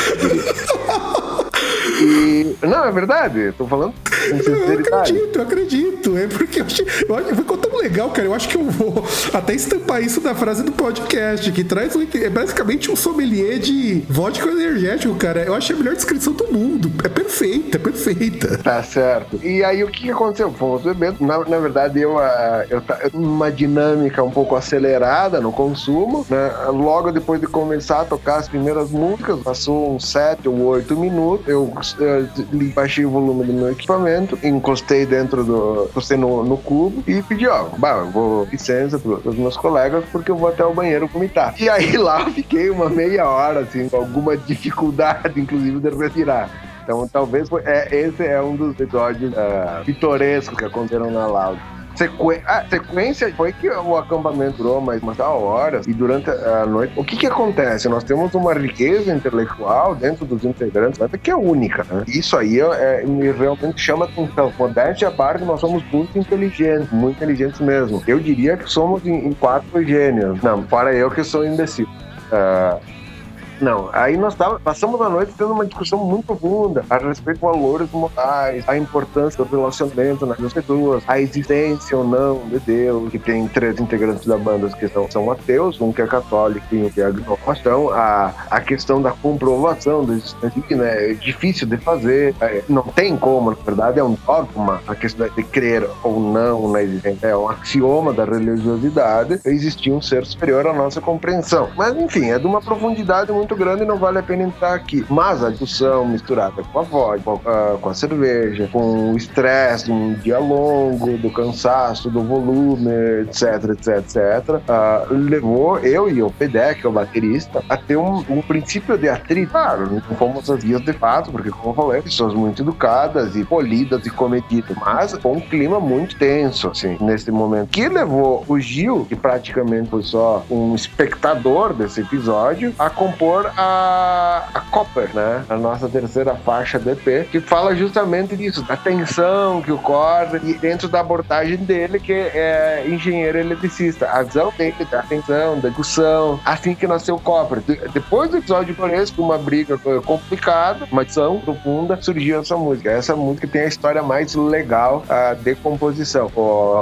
Não, é verdade, tô falando com sinceridade. Eu acredito. É porque ficou tão legal, cara. Eu acho que eu vou até estampar isso na frase do podcast, que traz basicamente um sommelier de vodka energético, cara. Eu acho a melhor descrição do mundo. É perfeita. Tá certo. E aí, o que aconteceu? Fomos bebendo. Na verdade, eu uma dinâmica um pouco acelerada no consumo, né? Logo depois de começar a tocar as primeiras músicas, passou uns 7 ou 8 minutos, eu baixei o volume do meu equipamento, encostei no cubo e pedi, eu vou licença pros meus colegas porque eu vou até o banheiro vomitar. E aí lá eu fiquei uma meia hora, assim, com alguma dificuldade, inclusive, de respirar. Então talvez esse é um dos episódios pitorescos que aconteceram na Loud. Sequência foi que o acampamento durou mais umas horas e durante a noite. O que acontece? Nós temos uma riqueza intelectual dentro dos integrantes que é única, né? Isso aí me realmente chama atenção. Modéstia à parte, nós somos muito inteligentes mesmo. Eu diria que somos em 4 gênios. Não, fora eu que sou imbecil. Não, aí nós passamos a noite tendo uma discussão muito profunda a respeito de valores morais, a importância do relacionamento nas pessoas, a existência ou não de Deus, que tem 3 integrantes da banda que são ateus, um que é católico e um que é agnóstico. Então, a questão da comprovação da existência, né, é difícil de fazer, não tem como, na verdade é um dogma, a questão de crer ou não na existência, é um axioma da religiosidade, existir um ser superior à nossa compreensão. Mas, enfim, é de uma profundidade muito grande e não vale a pena entrar aqui. Mas a discussão misturada com a voz, com a cerveja, com o estresse de um dia longo, do cansaço, do volume, etc, levou eu e o Pedé, que é o baterista, a ter um princípio de atrito. Claro, não fomos as vias de fato, porque, como eu falei, pessoas muito educadas e polidas e comedidas, mas foi um clima muito tenso, assim, nesse momento, que levou o Gil, que praticamente foi só um espectador desse episódio, a compor a Copper, né? A nossa terceira faixa do EP, que fala justamente disso, da tensão que ocorre e dentro da abordagem dele, que é engenheiro eletricista, a visão dele da tensão, da discussão, assim que nasceu o Copper. Depois do episódio Floresco, uma briga complicada, uma discussão profunda, surgiu essa música. Essa música tem a história mais legal de composição.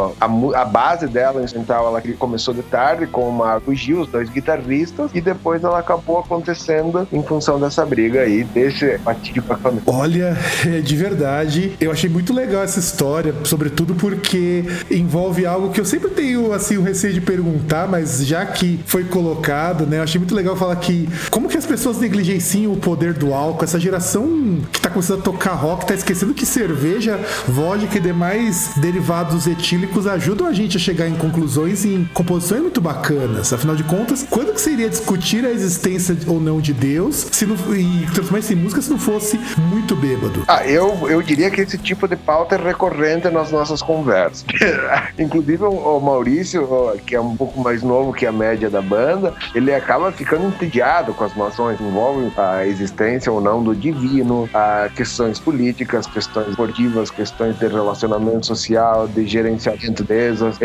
A base dela, instrumental, ela começou de tarde com o Marco Gil, os 2 guitarristas, e depois ela acabou acontecendo em função dessa briga aí, desse fatídico acamento. Olha, de verdade, eu achei muito legal essa história, sobretudo porque envolve algo que eu sempre tenho, assim, o receio de perguntar, mas já que foi colocado, né, eu achei muito legal falar que como que as pessoas negligenciam o poder do álcool, essa geração que tá começando a tocar rock, tá esquecendo que cerveja, vodka e demais derivados etílicos ajudam a gente a chegar em conclusões e em composições muito bacanas. Afinal de contas, quando que você iria discutir a existência ou não de Deus e transformar isso em música se não fosse muito bêbado? Eu diria que esse tipo de pauta é recorrente nas nossas conversas. Inclusive o Maurício, que é um pouco mais novo que a média da banda, ele acaba ficando entediado com as noções que envolvem a existência ou não do divino, questões políticas, questões esportivas, questões de relacionamento social, de gerenciamento de empresas,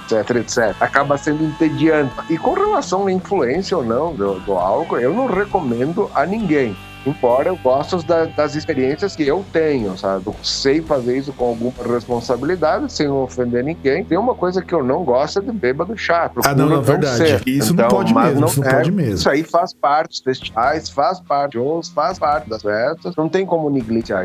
etc. Acaba sendo entediante. E com relação à influência ou não do álcool, eu não recomendo a ninguém. Embora eu goste das experiências que eu tenho, sabe? Eu sei fazer isso com alguma responsabilidade, sem ofender ninguém. Tem uma coisa que eu não gosto é de bêbado chato. Não, verdade. Ser. Isso então, não pode mesmo, isso não pode mesmo. Isso aí faz parte dos festivais, faz parte dos shows, faz parte das festas. Não tem como negligenciar.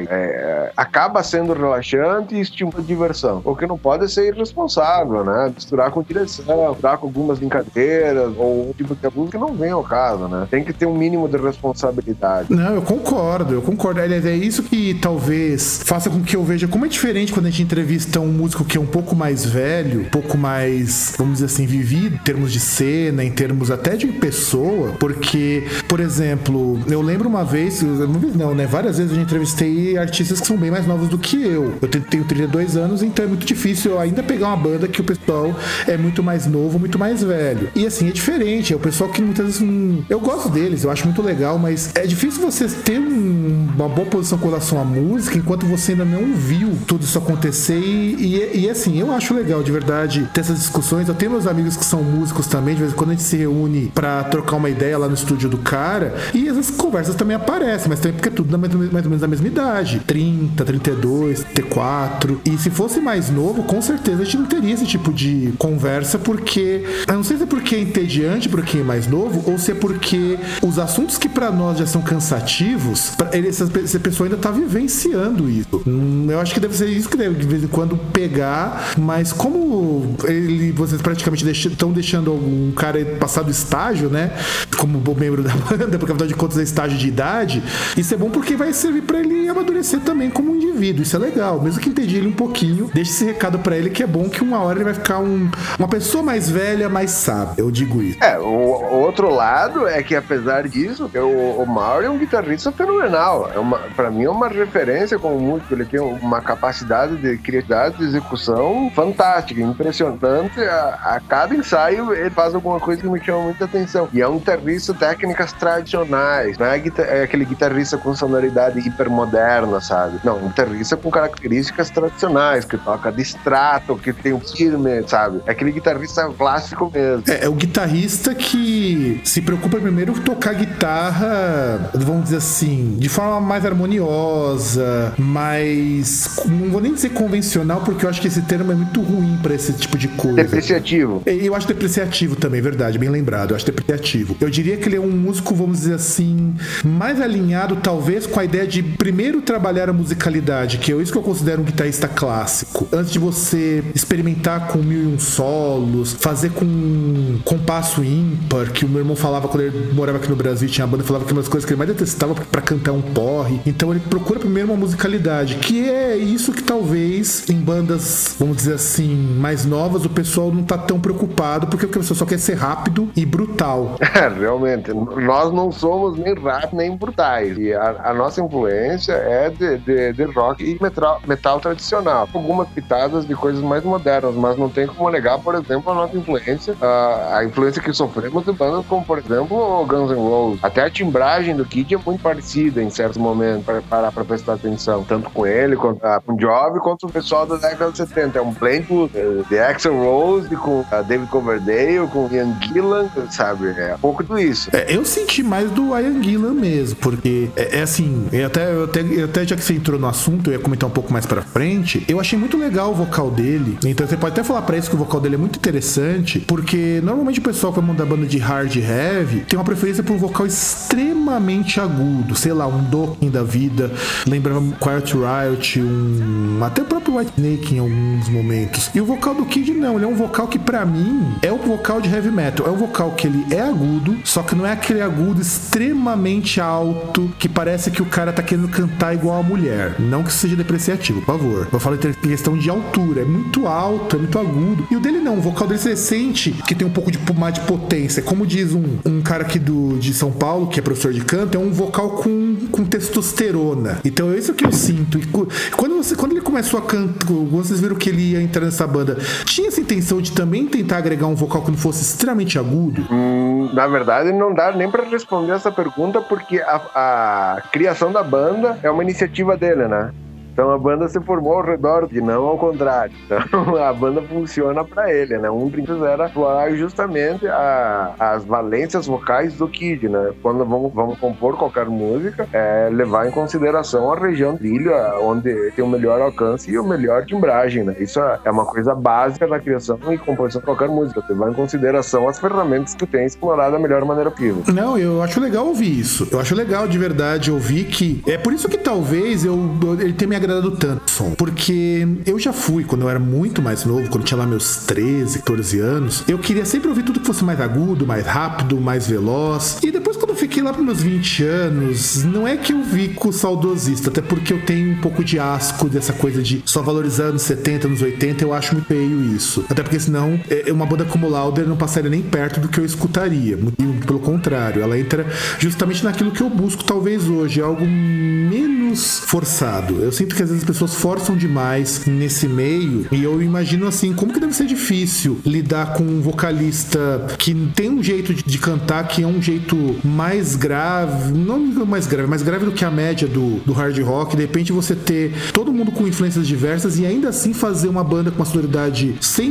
Acaba sendo relaxante e estimula a diversão. O que não pode é ser irresponsável, né? Misturar com direção, misturar com algumas brincadeiras ou um tipo de abuso que não vem ao caso, né? Tem que ter um mínimo de responsabilidade. Não, eu concordo. Aliás, é isso que talvez faça com que eu veja como é diferente quando a gente entrevista um músico que é um pouco mais velho, um pouco mais, vamos dizer assim, vivido em termos de cena, em termos até de pessoa, porque, por exemplo, eu lembro uma vez, várias vezes eu já entrevistei artistas que são bem mais novos do que eu. Eu tenho 32 anos, então é muito difícil eu ainda pegar uma banda que o pessoal é muito mais novo, muito mais velho. E assim, é diferente, é o pessoal que muitas vezes eu gosto deles, eu acho muito legal, mas é difícil você ter uma boa posição com relação à música enquanto você ainda não viu tudo isso acontecer e assim, eu acho legal de verdade ter essas discussões. Eu tenho meus amigos que são músicos também, de vez em quando a gente se reúne pra trocar uma ideia lá no estúdio do cara e essas conversas também aparecem, mas também porque é tudo mais ou menos da mesma idade, 30, 32, 34, e se fosse mais novo, com certeza a gente não teria esse tipo de conversa, porque eu não sei se é porque é entediante pra quem é mais novo ou se é porque os assuntos que pra nós já são cansativos, essa pessoa ainda tá vivenciando isso. Eu acho que deve ser isso que deve de vez em quando pegar, mas como vocês praticamente estão deixando um cara passar do estágio, né, como membro da banda, porque afinal de contas é estágio de idade, isso é bom porque vai servir pra ele amadurecer também como um indivíduo. Isso é legal, mesmo que entendi ele um pouquinho, deixa esse recado pra ele que é bom que uma hora ele vai ficar uma pessoa mais velha, mais sábia, eu digo isso. O outro lado é que apesar disso, o Mauro é um guitarrista guitarrista fenomenal. Pra mim é uma referência como músico. Ele tem uma capacidade de criatividade, de execução fantástica, impressionante. A cada ensaio ele faz alguma coisa que me chama muita atenção. E é um guitarrista de técnicas tradicionais. Não é aquele guitarrista com sonoridade hipermoderna, sabe? Não, um guitarrista com características tradicionais, que toca distrato, que tem um firme, sabe? É aquele guitarrista clássico mesmo. É o guitarrista que se preocupa primeiro em tocar guitarra, vamos dizer assim, de forma mais harmoniosa, mais, não vou nem dizer convencional, porque eu acho que esse termo é muito ruim pra esse tipo de coisa. Depreciativo. Eu acho depreciativo também, verdade, bem lembrado. Eu acho depreciativo. Eu diria que ele é um músico, vamos dizer assim, mais alinhado talvez com a ideia de primeiro trabalhar a musicalidade, que é isso que eu considero um guitarrista clássico. Antes de você experimentar com 1001 solos, fazer com compasso ímpar, que o meu irmão falava quando ele morava aqui no Brasil, tinha a banda, falava que uma das coisas que ele mais detestava pra cantar um porre. Então ele procura primeiro uma musicalidade, que é isso que talvez em bandas, vamos dizer assim, mais novas, o pessoal não tá tão preocupado, porque o pessoal só quer ser rápido e brutal. Realmente, nós não somos nem rápidos nem brutais. E a nossa influência é de rock e metal tradicional. Algumas pitadas de coisas mais modernas, mas não tem como negar, por exemplo, a nossa influência, a influência que sofremos de bandas como, por exemplo, o Guns N' Roses. Até a timbragem do Kid é muito parecida em certos momentos, para parar pra prestar atenção. Tanto com ele, com o Job, quanto o pessoal da década de 70. É um blend de Axl Rose, com David Coverdale, com Ian Gillan, sabe? É um pouco tudo isso. Eu senti mais do Ian Gillan mesmo, porque é assim, eu até já que você entrou no assunto, eu ia comentar um pouco mais pra frente, eu achei muito legal o vocal dele, então você pode até falar pra isso que o vocal dele é muito interessante, porque normalmente o pessoal que vai mandar banda de hard heavy tem uma preferência por um vocal extremamente agudo, sei lá, um Dokken da vida, lembrava Quiet Riot, até o próprio Whitesnake em alguns momentos. E o vocal do Kid não, ele é um vocal que pra mim é o vocal de heavy metal, é um vocal que ele é agudo, só que não é aquele agudo extremamente alto que parece que o cara tá querendo cantar igual a mulher. Não que seja depreciativo, por favor. Eu falo em questão de altura, é muito alto, é muito agudo. E o dele não, o vocal dele você sente que tem um pouco de mais de potência. Como diz um cara aqui de São Paulo, que é professor de canto, é um vocal com testosterona. Então é isso que eu sinto. E quando ele começou a cantar, vocês viram que ele ia entrar nessa banda, tinha essa intenção de também tentar agregar um vocal que não fosse extremamente agudo? Na verdade, não dá nem pra responder essa pergunta, porque a criação da banda é uma iniciativa dele, né? Então a banda se formou ao redor e não ao contrário. Então a banda funciona pra ele, né? Um deles era explorar justamente as valências vocais do Kid, né? Quando vamos compor qualquer música, levar em consideração a região trilha, onde tem o melhor alcance e o melhor timbragem, né? Isso é uma coisa básica da criação e composição de qualquer música. Você levar em consideração as ferramentas que tem explorado da melhor maneira possível. Não, eu acho legal ouvir isso. Eu acho legal de verdade ouvir que... É por isso que talvez ele tenha me agradado tanto, som. Porque eu já fui, quando eu era muito mais novo, quando tinha lá meus 13, 14 anos, eu queria sempre ouvir tudo que fosse mais agudo, mais rápido, mais veloz. E depois, quando eu fiquei lá pros meus 20 anos, não é que eu fico saudosista, até porque eu tenho um pouco de asco dessa coisa de só valorizar anos 70, anos 80, eu acho muito feio isso. Até porque senão, uma banda como Louder não passaria nem perto do que eu escutaria. E, pelo contrário, ela entra justamente naquilo que eu busco, talvez hoje, algo menos forçado. Eu sinto que às vezes as pessoas forçam demais nesse meio, e eu imagino assim, como que deve ser difícil lidar com um vocalista que tem um jeito de cantar que é um jeito mais grave, não mais grave do que a média do hard rock. De repente você ter todo mundo com influências diversas e ainda assim fazer uma banda com uma sonoridade sem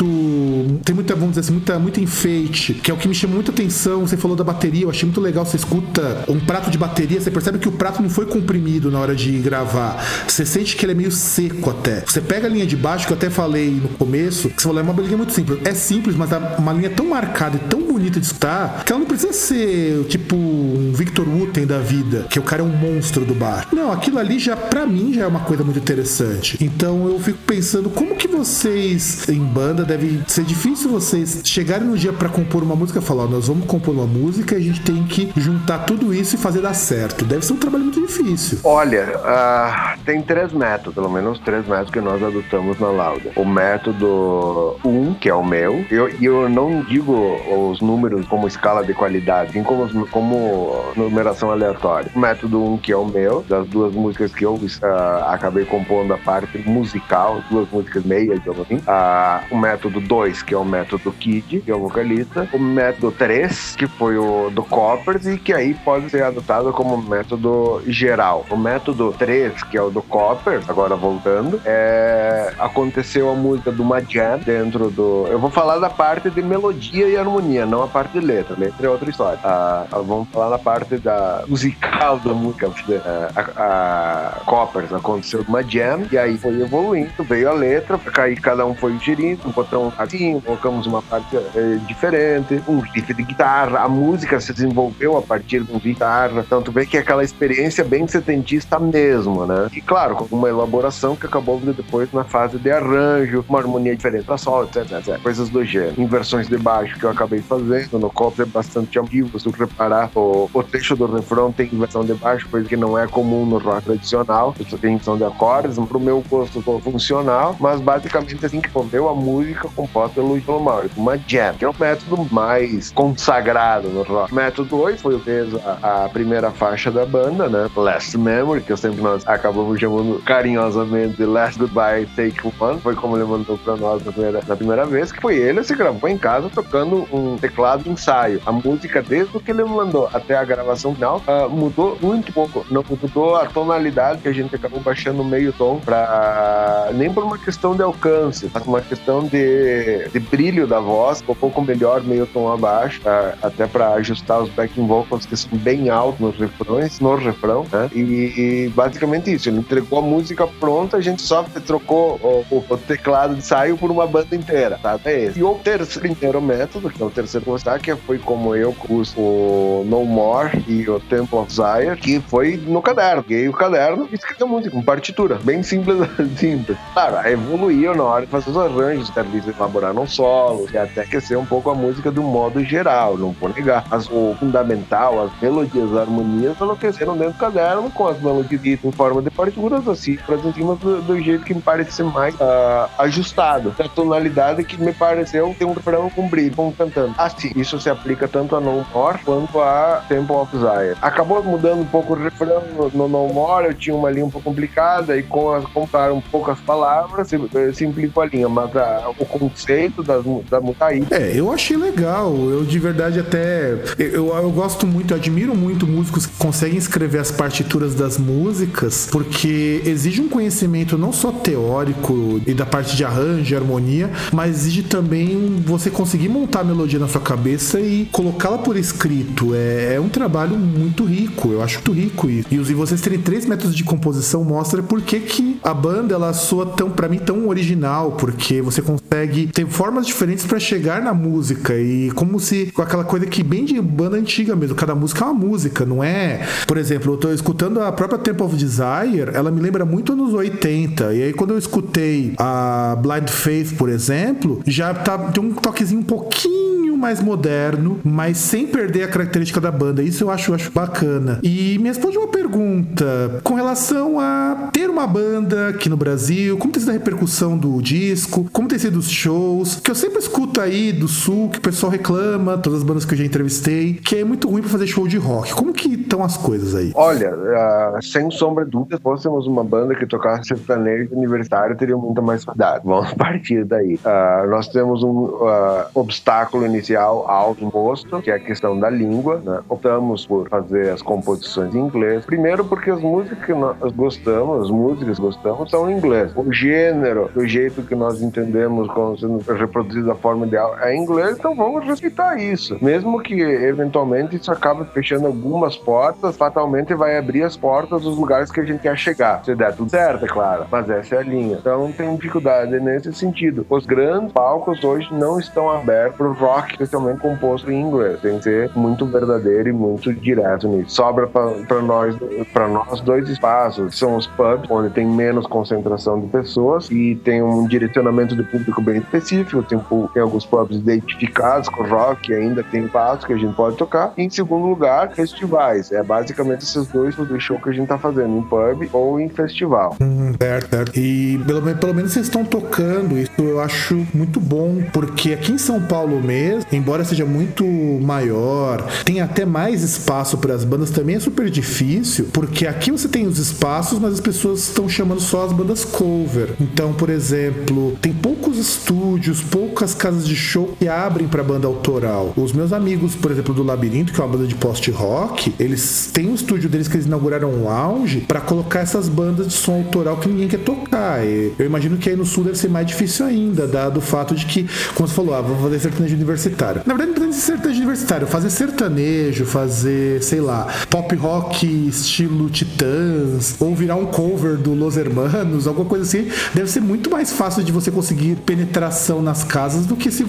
muita, vamos dizer assim, muito enfeite, que é o que me chamou muita atenção. Você falou da bateria, eu achei muito legal. Você escuta um prato de bateria, você percebe que o prato não foi comprimido na hora de gravar, você sente que ele é meio seco até. Você pega a linha de baixo, que eu até falei no começo, que você falou, é uma linha muito simples. É simples, mas é uma linha tão marcada e tão bonita de escutar, que ela não precisa ser tipo um Victor Wooten da vida, que o cara é um monstro do baixo. Não, aquilo ali já, pra mim, já é uma coisa muito interessante. Então eu fico pensando, como que vocês, em banda, deve ser difícil vocês chegarem no dia pra compor uma música e falar, ó, nós vamos compor uma música e a gente tem que juntar tudo isso e fazer dar certo. Deve ser um trabalho muito difícil. Olha, tem tem 3 métodos, pelo menos 3 métodos que nós adotamos na Lauda. O método 1, que é o meu, eu não digo os números como escala de qualidade, assim como numeração aleatória. O método 1, que é o meu, das 2 músicas que eu acabei compondo a parte musical, 2 músicas meias, digamos assim. O método 2, que é o método Kid, que é o vocalista. O método 3, que foi o do Coppers, e que aí pode ser adotado como método geral. O método 3, que é o do Coppers, agora voltando, aconteceu a música de uma jam dentro do... Eu vou falar da parte de melodia e harmonia, não a parte de letra. Letra é outra história. Vamos falar da parte da musical da música. A Coppers aconteceu uma jam, e aí foi evoluindo, veio a letra, aí cada um foi gerindo, um botão assim, colocamos uma parte diferente, um riff de guitarra, a música se desenvolveu a partir de um guitarra, então tu vê que é aquela experiência bem setentista mesmo, né? E claro, com uma elaboração que acabou depois na fase de arranjo, uma harmonia diferente pra solo, etc, coisas do gênero. Inversões de baixo que eu acabei fazendo, no copo é bastante ambíguo, se tu reparar, o trecho do refrão tem inversão de baixo, coisa que não é comum no rock tradicional, tu tem inversão de acordes, pro meu gosto foi funcional, mas basicamente assim que comeu a música composta pelo João Mauro, uma jam, que é o método mais consagrado no rock. O método 8 foi o que fez a primeira faixa da banda, né? Last Memory, que nós acabamos chamando carinhosamente de Last Goodbye Take One, foi como ele mandou pra nós na primeira vez, que foi ele se gravou em casa tocando um teclado de ensaio. A música, desde o que ele mandou até a gravação final, mudou muito pouco. Não mudou a tonalidade, que a gente acabou baixando meio tom, nem por uma questão de alcance, mas uma questão de brilho da voz, um pouco melhor, meio tom abaixo, até para ajustar os backing vocals que são bem altos no refrão, né? E basicamente isso, ele entregou a música pronta, a gente só trocou o teclado de ensaio por uma banda inteira, tá? É esse. E o terceiro método, que é o terceiro gostar, que foi como eu pus o No More e o Temple of Zion, que foi no caderno. Peguei o caderno e escrevi a música, com partitura, bem simples. Claro, evoluiu na hora de fazer os arranjos, elaborar um solo, e até aquecer um pouco a música do modo geral, não vou negar. Mas o fundamental, as melodias, as harmonias, enlouqueceram dentro do caderno, com as melodias em forma de partituras, assim, para cima do jeito que me parecia mais ajustado. A tonalidade que me pareceu ter um refrão com brilho, cantando. Assim, isso se aplica tanto a No More quanto a Temple of Zion. Acabou mudando um pouco o refrão no No More, eu tinha uma linha um pouco complicada, e comprar um pouco as palavras, simplificou a linha, mas o conceito da música aí. Eu achei legal, eu de verdade até, eu gosto muito, eu admiro muito músicos que conseguem escrever as partituras das músicas, porque exige um conhecimento não só teórico e da parte de arranjo e harmonia, mas exige também você conseguir montar a melodia na sua cabeça e colocá-la por escrito. É um trabalho muito rico, eu acho muito rico isso. E vocês terem 3 métodos de composição mostra por que a banda ela soa pra mim tão original, porque você consegue ter formas diferentes pra chegar na música, e como se com aquela coisa que bem de banda antiga mesmo, cada música é uma música, não é? Por exemplo, eu tô escutando a própria Temple of Desire, ela me lembra muito anos 80, e aí quando eu escutei a Blind Faith, por exemplo, já tem um toquezinho um pouquinho mais moderno, mas sem perder a característica da banda. Isso eu acho bacana. E me responde uma pergunta com relação a ter uma banda aqui no Brasil, como tem sido a repercussão do disco, como tem sido os shows, que eu sempre escuto aí do Sul, que o pessoal reclama, todas as bandas que eu já entrevistei, que é muito ruim pra fazer show de rock. Como que estão as coisas aí? Olha, sem sombra de dúvida, se fôssemos uma banda que tocasse sertanejo universitário, teria muita mais qualidade. Vamos partir daí. Nós temos um obstáculo inicial autoimposto, que é a questão da língua, né? Optamos por fazer as composições em inglês. Primeiro porque as músicas que nós gostamos, as músicas que gostamos, são em inglês. O gênero, do jeito que nós entendemos como sendo reproduzido da forma ideal, é em inglês, então vamos respeitar isso. Mesmo que, eventualmente, isso acabe fechando algumas portas, fatalmente vai abrir as portas dos lugares que a gente quer chegar. Se der tudo certo, é claro. Mas essa é a linha. Então tem dificuldade nesse sentido. Os grandes palcos hoje não estão abertos pro rock especialmente composto em inglês. Tem que ser muito verdadeiro e muito direto nisso. Sobra para nós 2 espaços, que são os pubs, onde tem menos concentração de pessoas e tem um direcionamento de público bem específico. Tem alguns pubs identificados com rock, ainda tem espaço que a gente pode tocar. E, em segundo lugar, festivais. É basicamente esses 2 shows que a gente tá fazendo, em pub ou em festival. Certo. E pelo menos vocês estão tocando, isso eu acho muito bom, porque aqui em São Paulo mesmo, embora seja muito maior, tem até mais espaço para as bandas, também é super difícil, porque aqui você tem os espaços, mas as pessoas estão chamando só as bandas cover. Então, por exemplo, tem poucos estúdios, poucas casas de show que abrem para banda autoral. Os meus amigos, por exemplo, do Labirinto, que é uma banda de post-rock, eles têm um estúdio deles que eles inauguraram um lounge para colocar essas bandas de som autoral que ninguém quer tocar. E eu imagino que aí no sul deve ser mais difícil ainda, dado o fato de que, como você falou, vou fazer sertanejo universitário. Na verdade, não precisa ser sertanejo universitário, fazer sertanejo, fazer, sei lá, pop rock estilo Titãs, ou virar um cover do Los Hermanos, alguma coisa assim, deve ser muito mais fácil de você conseguir penetração nas casas do que se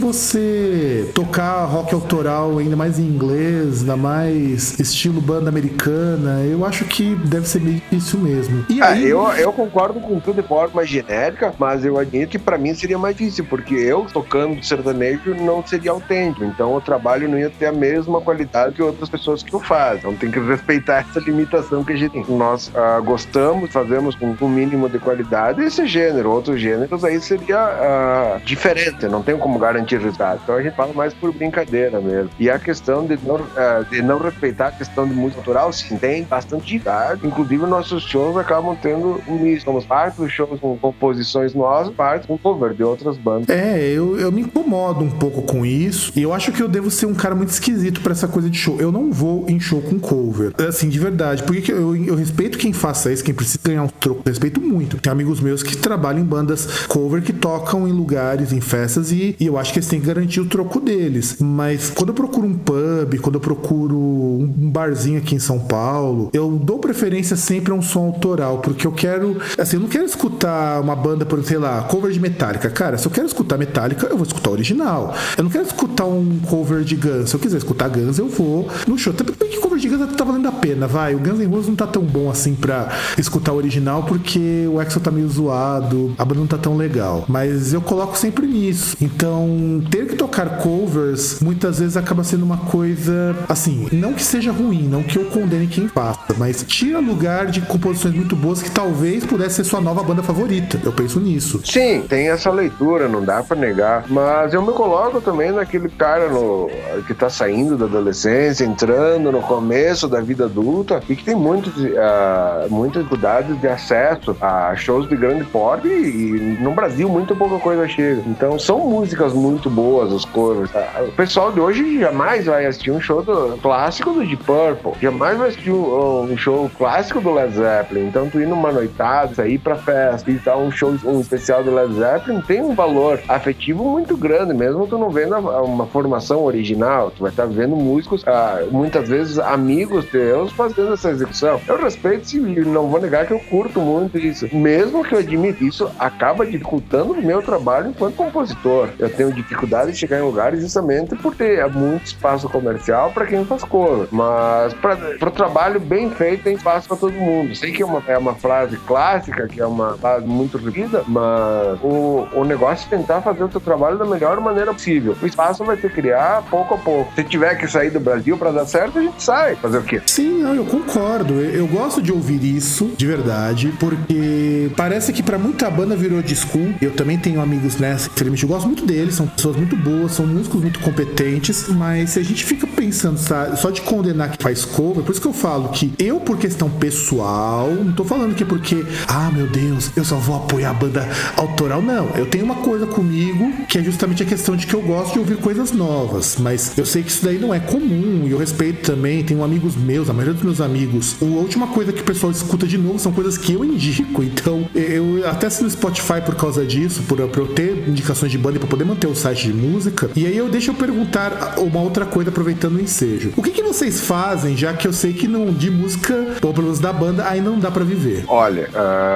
você tocar rock autoral ainda mais em inglês, ainda mais estilo banda americana. Eu acho que deve ser meio difícil mesmo. E aí... eu concordo com tudo de forma genérica, mas eu admito que pra mim seria mais difícil, porque eu tocando sertanejo não seria autêntico, então o trabalho não ia ter a mesma qualidade que outras pessoas que o fazem. Então tem que respeitar essa limitação que a gente tem. Nós gostamos, fazemos com um mínimo de qualidade esse gênero. Outros gêneros aí seria diferente, não tem como garantir resultado. Então a gente fala mais por brincadeira mesmo. E a questão de não respeitar a questão de música autoral, sim, tem bastante dificuldade. Inclusive nossos shows acabam tendo um misto. Somos parte dos shows com composições nossas, parte com cover de outras bandas. Eu me incomodo um pouco com isso, e eu acho que eu devo ser um cara muito esquisito pra essa coisa de show. Eu não vou em show com cover, assim, de verdade, porque eu respeito quem faça isso, quem precisa ganhar um troco, eu respeito muito. Tem amigos meus que trabalham em bandas cover, que tocam em lugares, em festas, e eu acho que eles têm que garantir o troco deles. Mas quando eu procuro um pub, quando eu procuro um barzinho aqui em São Paulo, eu dou preferência sempre a um som autoral, porque eu quero, assim, eu não quero escutar uma banda, por sei lá, cover de Metallica. Cara, se eu quero escutar Metallica, eu vou escutar o original. Eu não quero escutar um cover de Guns. Se eu quiser escutar Guns, eu vou no show. Também que cover de Guns tá valendo a pena, vai. O Guns N' Roses não tá tão bom assim pra escutar o original, porque o Axl tá meio zoado, a banda não tá tão legal. Mas eu coloco sempre nisso. Então, ter que tocar covers, muitas vezes acaba sendo uma coisa, assim, não que seja ruim, não que eu condene quem faça, mas tira lugar de composições muito boas que talvez pudesse ser sua nova banda favorita. Eu penso nisso. Sim, tem essa leitura, não dá pra negar. Mas eu me coloco também naquele cara que tá saindo da adolescência, entrando no começo da vida adulta e que tem muitas dificuldades de acesso a shows de grande porte e no Brasil muito pouca coisa chega. Então são músicas muito boas, os covers. O pessoal de hoje jamais vai assistir um show clássico do Deep Purple, jamais vai assistir um show clássico do Led Zeppelin. Então tu ir numa noitada, sair pra festa e tal, um especial do Led Zeppelin tem um valor afetivo muito grande, mesmo tu não vendo uma formação original, tu vai estar vendo músicos, muitas vezes amigos teus fazendo essa execução. Eu respeito e não vou negar que eu curto muito isso, mesmo que eu admito, isso acaba dificultando o meu trabalho enquanto compositor. Eu tenho dificuldade de chegar em lugares justamente por ter muito espaço comercial para quem faz cover, mas para o trabalho bem feito tem espaço para todo mundo. Sei que é uma frase clássica, que é uma frase muito repetida, mas o negócio é tentar fazer o teu trabalho da melhor maneira possível. O espaço vai ter que criar pouco a pouco. Se tiver que sair do Brasil para dar certo, a gente sai. Fazer o quê? Sim, eu concordo. Eu gosto de ouvir isso, de verdade, porque parece que pra muita banda virou disco. Eu também tenho amigos nessa, infelizmente eu gosto muito deles, são pessoas muito boas, são músicos muito competentes, mas se a gente fica pensando, sabe, só de condenar que faz cover, por isso que eu falo que eu, por questão pessoal, não tô falando que é porque, meu Deus, eu só vou apoiar a banda autoral, não. Eu tenho uma coisa comigo que é justamente a questão de que eu gosto de ouvir coisas novas, mas eu sei que isso daí não é comum e eu respeito também. Tenho amigos meus, a maioria dos meus amigos, a última coisa que o pessoal escuta de novo são coisas que eu indico, então eu até assino Spotify por causa disso, pra eu ter indicações de banda e pra poder manter o site de música. E aí deixa eu perguntar uma outra coisa, aproveitando o ensejo. O que vocês fazem, já que eu sei que não, de música, ou pelo menos da banda, ainda não dá pra viver? Olha,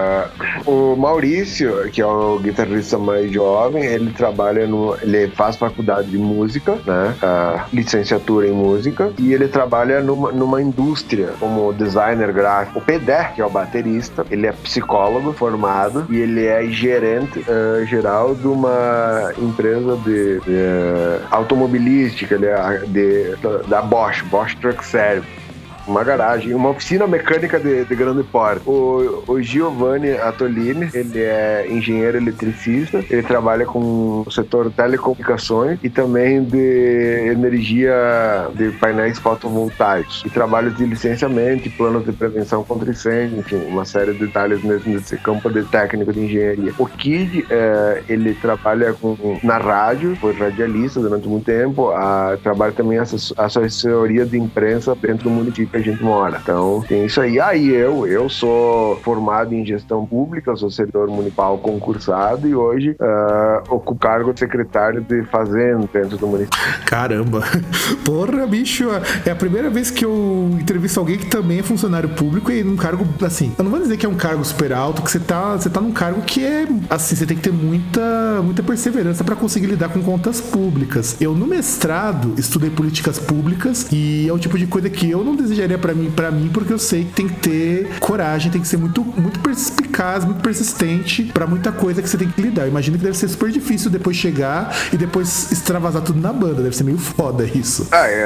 o Maurício, que é o guitarrista mais jovem, ele trabalha ele faz faculdade de música, né? A licenciatura em música, e ele trabalha numa indústria como designer gráfico. O Pedé, que é o baterista, ele é psicólogo formado e ele é gerente geral de uma empresa de automobilística, ele é da Bosch Truck Service. Uma garagem, uma oficina mecânica de grande porte. O Giovanni Attolini, ele é engenheiro eletricista, ele trabalha com o setor de telecomunicações e também de energia de painéis fotovoltaicos, e trabalhos de licenciamento, planos de prevenção contra incêndio, enfim, uma série de detalhes nesse campo de técnico de engenharia. O Kid, ele trabalha na rádio, foi radialista durante muito tempo, trabalha também assessoria de imprensa dentro do município que a gente mora. Então, tem isso aí. Eu sou formado em gestão pública, sou servidor municipal concursado e hoje ocupo o cargo de secretário de fazenda dentro do município. Caramba! Porra, bicho! É a primeira vez que eu entrevisto alguém que também é funcionário público e num cargo, assim, eu não vou dizer que é um cargo super alto, que você tá num cargo que é, assim, você tem que ter muita perseverança para conseguir lidar com contas públicas. Eu, no mestrado, estudei políticas públicas e é o tipo de coisa que eu não desejaria pra mim, porque eu sei que tem que ter coragem, tem que ser muito perspicaz, muito persistente pra muita coisa que você tem que lidar. Eu imagino que deve ser super difícil depois chegar e depois extravasar tudo na banda. Deve ser meio foda isso.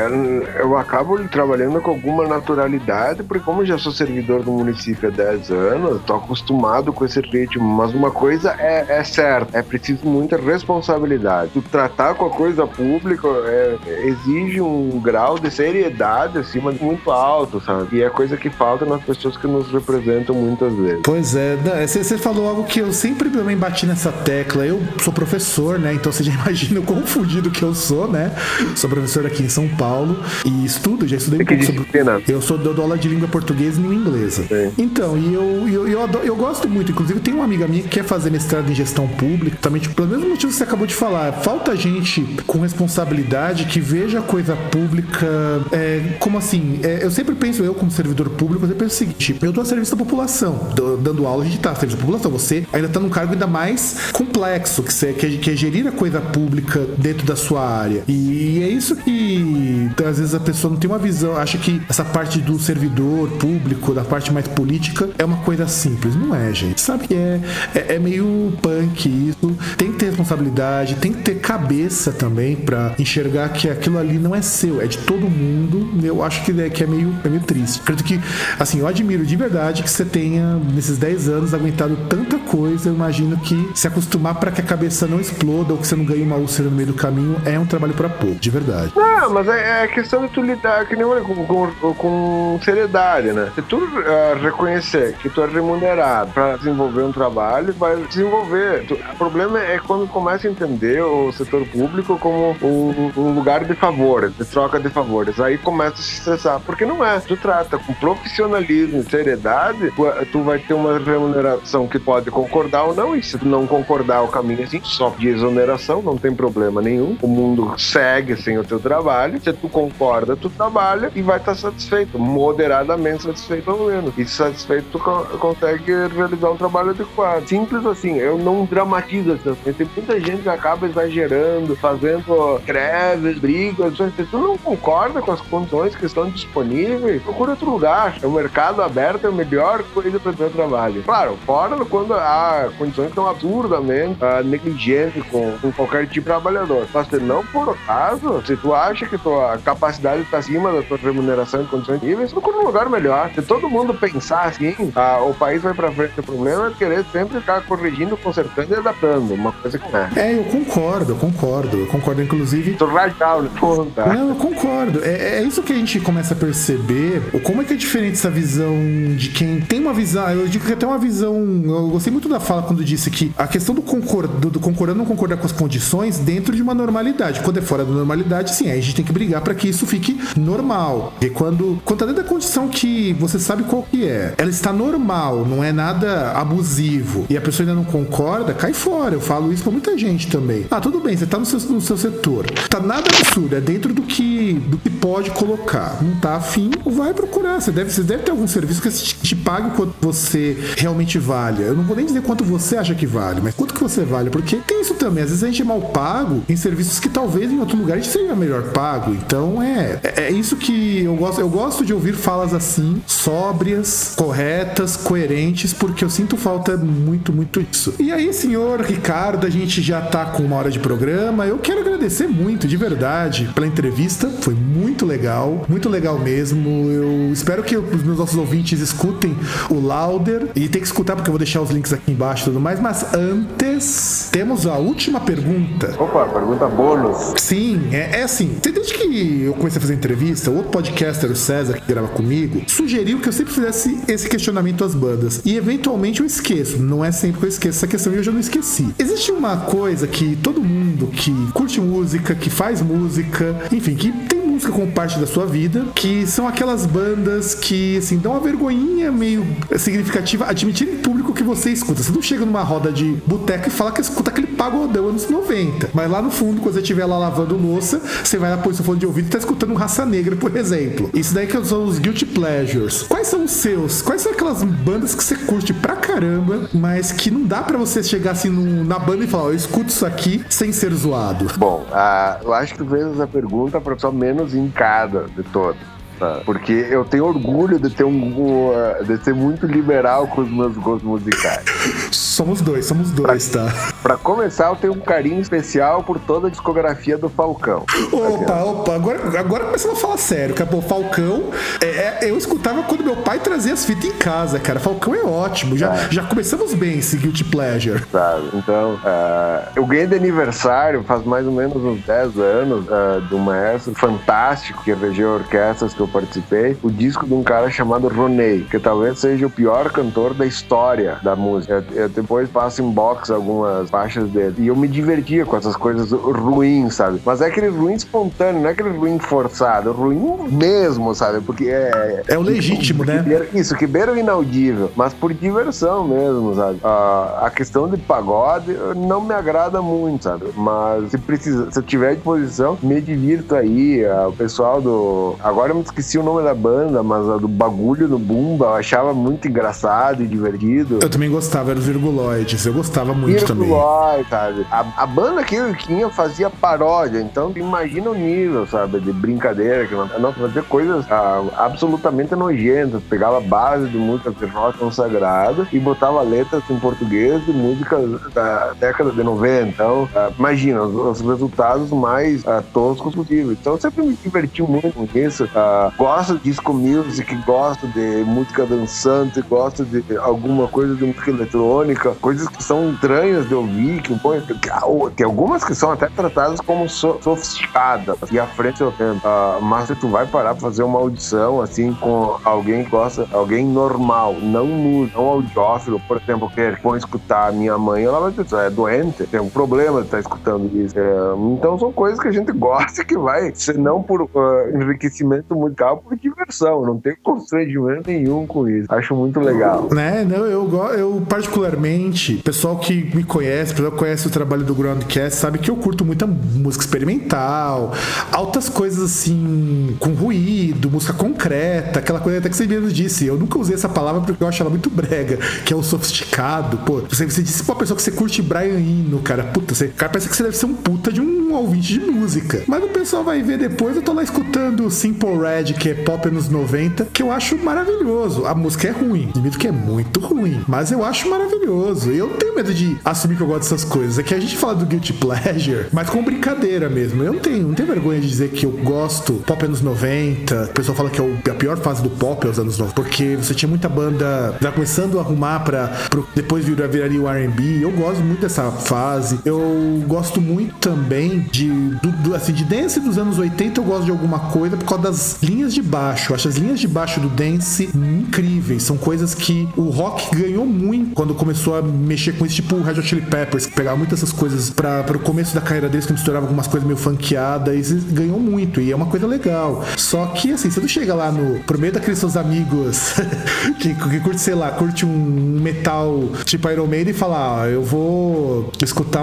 Eu acabo trabalhando com alguma naturalidade, porque como eu já sou servidor do município há 10 anos, tô acostumado com esse ritmo, mas uma coisa é certa, é preciso muita responsabilidade. Tu tratar com a coisa pública exige um grau de seriedade acima de muito alto, sabe? E é coisa que falta nas pessoas que nos representam muitas vezes. Pois é, você falou algo que eu sempre também bati nessa tecla. Eu sou professor, né? Então você já imagina o quão fudido que eu sou, né? Sou professor aqui em São Paulo e já estudei um pouco sobre... Eu dou aula de língua portuguesa e língua inglesa. Sim. Então, eu gosto muito. Inclusive, tem uma amiga minha que quer fazer mestrado em gestão pública, também, tipo, pelo mesmo motivo que você acabou de falar. Falta gente com responsabilidade que veja a coisa pública como assim... eu sempre penso, eu como servidor público, eu sempre penso o seguinte: eu tô a serviço da população, dando aula, a gente tá a serviço da população, você ainda tá num cargo ainda mais complexo, que é gerir a coisa pública dentro da sua área. E é isso que às vezes a pessoa não tem uma visão, acha que essa parte do servidor público, da parte mais política, é uma coisa simples. Não é, gente. Sabe que é meio punk isso. Tem que ter responsabilidade, tem que ter cabeça também pra enxergar que aquilo ali não é seu, é de todo mundo. Eu acho que é meio triste. Acredito que, assim, eu admiro de verdade que você tenha, nesses 10 anos, aguentado tanta coisa. Eu imagino que se acostumar para que a cabeça não exploda ou que você não ganhe uma úlcera no meio do caminho é um trabalho para pouco, de verdade. Não, mas é questão de tu lidar, que nem eu com seriedade, né? Se tu reconhecer que tu é remunerado para desenvolver um trabalho, vai desenvolver. O problema é quando começa a entender o setor público como um lugar de favores, de troca de favores. Aí começa a se estressar, porque não é. Tu trata com profissionalismo e seriedade, tu vai ter uma remuneração que pode concordar ou não, e se tu não concordar, o caminho é assim, só de exoneração, não tem problema nenhum. O mundo segue sem o teu trabalho. Se tu concorda, tu trabalha e vai estar satisfeito, moderadamente satisfeito pelo menos. E satisfeito, tu consegue realizar um trabalho adequado. Simples assim, eu não dramatizo assim. Tem muita gente que acaba exagerando, fazendo greves, brigas. Se tu não concorda com as condições que estão disponíveis, procura outro lugar. O mercado aberto é a melhor coisa para o teu trabalho. Claro, fora quando há condições que estão absurdamente negligentes com qualquer tipo de trabalhador. Mas se não for o caso, se tu acha que tua capacidade está acima da tua remuneração em condições níveis, procura um lugar melhor. Se todo mundo pensar assim, o país vai para frente. O problema é querer sempre ficar corrigindo, consertando e adaptando. Uma coisa que não é. Eu concordo, inclusive. Tô radical, né? Tá? Não, eu concordo. É isso que a gente começa a perceber. Como é que é diferente essa visão de quem tem uma visão. Eu digo que até uma visão. Eu gostei muito da fala quando disse que a questão do concordar não concordar com as condições dentro de uma normalidade. Quando é fora da normalidade, sim, aí a gente tem que brigar para que isso fique normal. Porque quando tá dentro da condição que você sabe qual que é, ela está normal, não é nada abusivo, e a pessoa ainda não concorda, cai fora. Eu falo isso pra muita gente também. Tudo bem, você tá no seu setor, tá nada absurdo, é dentro do que pode colocar. Não tá afim, vai procurar. Você deve ter algum serviço que te pague quanto você realmente vale. Eu não vou nem dizer quanto você acha que vale, mas quanto que você vale, porque tem isso também. Às vezes a gente é mal pago em serviços que talvez em outro lugar a gente seja melhor pago. Então é isso que eu gosto. Eu gosto de ouvir falas assim, sóbrias, corretas, coerentes, porque eu sinto falta muito disso. E aí, senhor Ricardo, a gente já tá com 1 hora de programa. Eu quero agradecer muito, de verdade, pela entrevista. Foi muito legal mesmo. Eu espero que os meus nossos ouvintes escutem o Louder, e tem que escutar porque eu vou deixar os links aqui embaixo e tudo mais, mas antes temos a última pergunta. Opa, pergunta bônus. Sim, é assim, desde que eu comecei a fazer entrevista, o outro podcaster, o César, que grava comigo, sugeriu que eu sempre fizesse esse questionamento às bandas, e eventualmente eu esqueço. Não é sempre que eu esqueço essa questão, e eu já não esqueci. Existe uma coisa que todo mundo que curte música, que faz música, enfim, que tem música como parte da sua vida, que são aquelas bandas que, assim, dão uma vergonhinha meio significativa admitir em público que você escuta. Você não chega numa roda de boteca e fala que escuta aquele pagodão anos 90, mas lá no fundo, quando você estiver lá lavando louça, você vai lá pôr seu fone de ouvido e tá escutando um Raça Negra, por exemplo. Isso daí que são os Guilty Pleasures. Quais são os seus? Quais são aquelas bandas que você curte pra caramba, mas que não dá pra você chegar assim na banda e falar, eu escuto isso aqui sem ser zoado? Bom, eu acho que tu fez essa pergunta pra pessoa menos hincada de todas. Porque eu tenho orgulho de ser muito liberal com os meus gostos musicais. Somos dois, tá? Pra começar, eu tenho um carinho especial por toda a discografia do Falcão. Opa, agora começando a falar sério, acabou. Falcão, eu escutava quando meu pai trazia as fitas em casa, cara. Falcão é ótimo, já começamos bem esse Guilty Pleasure. Sabe, então, eu ganhei de aniversário, faz mais ou menos uns 10 anos, do maestro fantástico que regeu orquestras que eu participei, o disco de um cara chamado Roney, que talvez seja o pior cantor da história da música. Eu depois passo em box algumas faixas dele, e eu me divertia com essas coisas ruins, sabe? Mas é aquele ruim espontâneo, não é aquele ruim forçado, é ruim mesmo, sabe? Porque é o legítimo, né? Que beira o inaudível, mas por diversão mesmo, sabe? A questão de pagode não me agrada muito, sabe? Mas se eu tiver disposição, me divirto aí. O pessoal agora eu me esqueci o nome da banda, mas a do Bagulho no Bumba eu achava muito engraçado e divertido. Eu também gostava, era os Virguloides, eu gostava muito também. Sabe? A banda que eu tinha fazia paródia, então imagina o nível, sabe, de brincadeira, que não fazia coisas absolutamente nojentas, pegava a base de músicas de rock consagrada e botava letras em português de músicas da década de 90, então imagina os resultados mais toscos possíveis. Então eu sempre me diverti muito com isso. Gosto de disco music, gosto de música dançante, gosto de alguma coisa de música eletrônica, coisas que são estranhas de ouvir, tem algumas que são até tratadas como sofisticadas e à frente do tempo. Mas se tu vai parar pra fazer uma audição assim com alguém que gosta, alguém normal, não audiófilo, por exemplo, que for escutar a minha mãe, ela vai dizer, é doente, tem um problema de estar escutando isso. Então são coisas que a gente gosta, que vai, se não por enriquecimento musical, por diversão, não tem constrangimento nenhum com isso. Acho muito legal. Eu particularmente, pessoal que me conhece, pessoal que conhece o trabalho do Groundcast, sabe que eu curto muita música experimental, altas coisas assim, com ruído, música concreta, aquela coisa até que você mesmo disse. Eu nunca usei essa palavra porque eu acho ela muito brega, que é o sofisticado. Pô, você disse pra uma pessoa que você curte Brian Eno, cara, puta, cara pensa que você deve ser um puta de um ouvinte de música. Mas o pessoal vai ver depois, eu tô lá escutando Simple Red, que é pop anos 90, que eu acho maravilhoso. A música é ruim, admito que é muito ruim, mas eu acho maravilhoso. Eu tenho medo de assumir que eu gosto dessas coisas. É que a gente fala do Guilty Pleasure, mas com brincadeira mesmo. Eu não tenho vergonha de dizer que eu gosto pop anos 90. O pessoal fala que é a pior fase do pop aos anos 90, porque você tinha muita banda já começando a arrumar depois viraria o R&B. Eu gosto muito dessa fase. Eu gosto muito também de dance dos anos 80. Eu gosto de alguma coisa por causa das linhas de baixo. Eu acho as linhas de baixo do dance incríveis. São coisas que o rock ganhou muito quando começou a mexer com isso, tipo o Red Hot Chili Peppers, que pegava muitas dessas coisas pro começo da carreira deles, que misturava algumas coisas meio funkeadas, e ganhou muito, e é uma coisa legal. Só que, assim, você não chega lá pro meio daqueles seus amigos que curte, sei lá, curte um metal tipo Iron Maiden e falar, eu vou escutar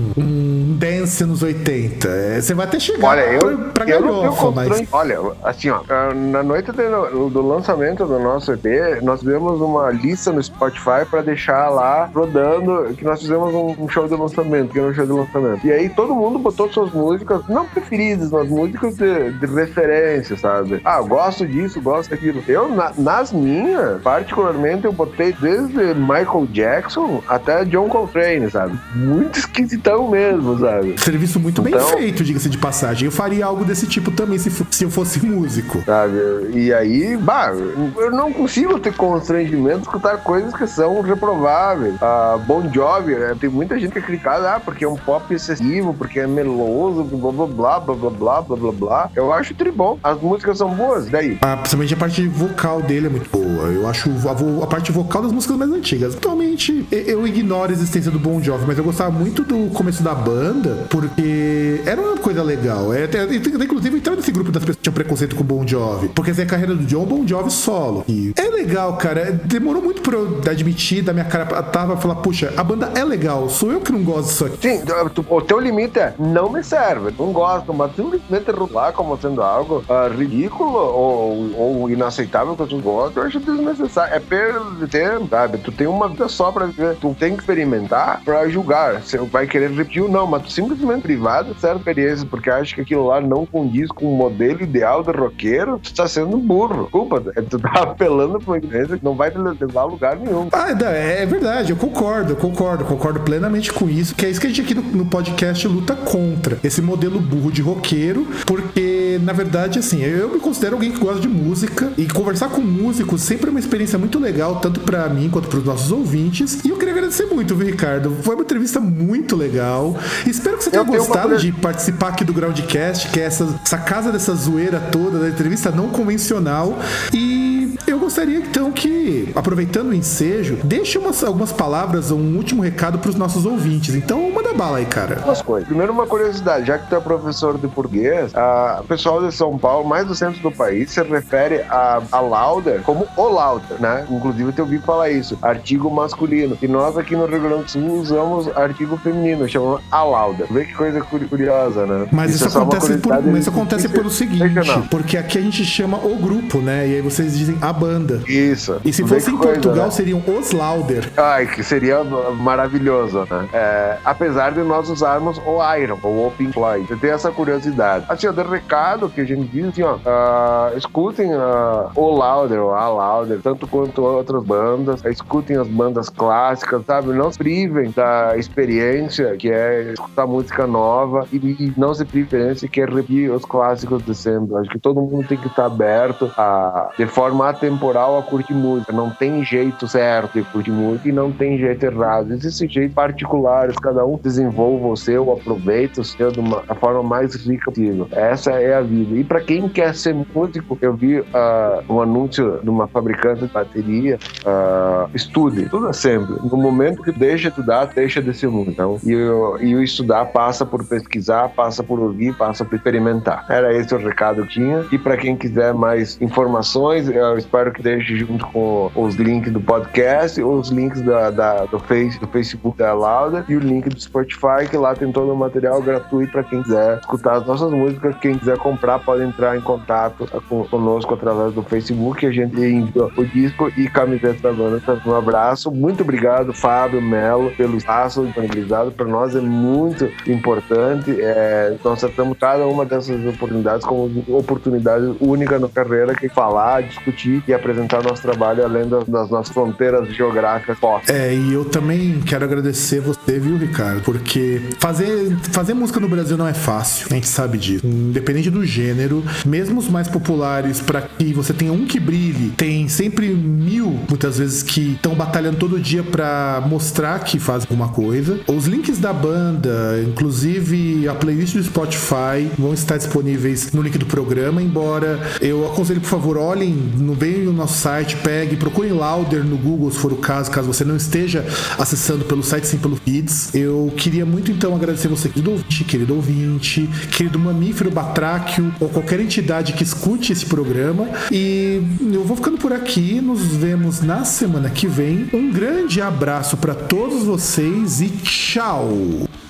um dance nos 80. Você vai até chegar. Olha, pra galhofa, mas... Olha, assim, ó, na noite do lançamento do nosso EP, nós fizemos uma lista no Spotify pra deixar lá rodando, que nós fizemos um show de lançamento, que era um show de lançamento. E aí todo mundo botou suas músicas, não preferidas, mas músicas de referência, sabe? Ah, gosto disso, gosto daquilo. Eu, nas minhas, particularmente, eu botei desde Michael Jackson até John Coltrane, sabe? Muito esquisitão mesmo, sabe? Serviço muito bem feito, diga-se de passagem. Eu faria algo desse tipo também se eu fosse músico. Sabe? E aí, eu não consigo ter constrangimento de escutar coisas que são reprováveis. Bon Jovi, né? Tem muita gente que é criticada, porque é um pop excessivo, porque é meloso, blá blá blá, blá blá blá, blá blá blá. Eu acho tribom. As músicas são boas, daí. Principalmente a parte vocal dele é muito boa. Eu acho a parte vocal das músicas mais antigas. Atualmente, eu ignoro a existência do Bon Jovi, mas eu gostava muito do começo da banda, porque era uma coisa legal. Inclusive, entrando nesse grupo das pessoas que tinham preconceito com o Bon Jovi, porque essa é a carreira do John Bon Jovi solo. E é legal, cara. Demorou muito pra eu admitir da minha cara tava falar, puxa, a banda é legal, sou eu que não gosto disso aqui. Sim, o teu limite é, não me serve, não gosto, mas simplesmente rolar como sendo algo ridículo ou inaceitável que eu gosto, eu acho desnecessário. É perda de tempo, sabe? Tu tem uma vida só pra viver, tu tem que experimentar pra julgar. Você vai querer repetir ou não, mas tu simplesmente privado de certa experiência, porque acha que aquilo lá não condiz com o modelo ideal do roqueiro, tu tá sendo burro. Desculpa, tu tá apelando pra uma experiência que não vai te levar a lugar nenhum. É verdade, eu concordo plenamente com isso, que é isso que a gente aqui no podcast luta contra, esse modelo burro de roqueiro, porque, na verdade, assim, eu me considero alguém que gosta de música, e conversar com músicos sempre é uma experiência muito legal, tanto pra mim quanto pros nossos ouvintes, e eu queria agradecer muito, viu, Ricardo? Foi uma entrevista muito legal, espero que você tenha gostado de participar aqui do Groundcast, que é essa casa dessa zoeira toda, da entrevista não convencional, e eu gostaria, então, que, aproveitando o ensejo, deixe algumas palavras, um último recado pros nossos ouvintes. Então, manda bala aí, cara. Duas coisas. Primeiro, uma curiosidade. Já que tu é professor de português, o pessoal de São Paulo, mais do centro do país, se refere a Lauder como o Lauder, né? Inclusive, eu te ouvi falar isso. Artigo masculino. E nós aqui no Rio Grande do Sul usamos artigo feminino, chamamos a Lauder. Vê que coisa curiosa, né? Mas isso acontece pelo seguinte, porque aqui a gente chama o grupo, né? E aí vocês dizem a banda. Isso. E se fosse em Portugal, né? Seriam os Lauder. Ai, que seria maravilhoso, né? Apesar de nós usarmos o Iron, ou o Pink Floyd. Você tem essa curiosidade. Assim, de recado que a gente diz, assim, escutem o Lauder, ou a Lauder, tanto quanto outras bandas, escutem as bandas clássicas, sabe? Não se privem da experiência que é escutar música nova e não se privem da experiência que é repetir os clássicos de sempre. Acho que todo mundo tem que estar aberto de forma atemporal a curtir música. Não tem jeito certo de curtir música e não tem jeito errado. Existem jeitos particulares, cada um desenvolva o seu, aproveita o seu da forma mais rica possível. Essa é a vida. E para quem quer ser músico, eu vi um anúncio de uma fabricante de bateria, estude sempre. No momento que deixa de estudar, deixa de ser músico. Então, e o estudar passa por pesquisar, passa por ouvir, passa por experimentar. Era esse o recado que eu tinha. E para quem quiser mais informações, eu espero que deixe junto com os links do podcast, os links do Facebook da Lauder e o link do Spotify, que lá tem todo o material gratuito para quem quiser escutar as nossas músicas. Quem quiser comprar pode entrar em contato conosco através do Facebook. A gente envia o disco e camiseta da banda. Um abraço, muito obrigado, Fábio Melo, pelo espaço disponibilizado. Para nós é muito importante. Nós tratamos cada uma dessas oportunidades como oportunidade única na carreira, que falar, discutir e apresentar nosso trabalho além das nossas fronteiras geográficas. E eu também quero agradecer você, viu, Ricardo? Porque fazer música no Brasil não é fácil, a gente sabe disso. Independente do gênero, mesmo os mais populares, para que você tenha um que brilhe, tem sempre 1000, muitas vezes, que estão batalhando todo dia para mostrar que fazem alguma coisa. Os links da banda, inclusive a playlist do Spotify, vão estar disponíveis no link do programa, embora eu aconselho, por favor, olhem, venham no nosso site, procurem Louder no Google, se for o caso você não esteja acessando pelo site, sim pelo Feeds. Eu queria muito, então, agradecer você, querido ouvinte, querido mamífero batráquio, ou qualquer entidade que escute esse programa. E eu vou ficando por aqui, nos vemos na semana que vem. Um grande abraço para todos vocês e tchau!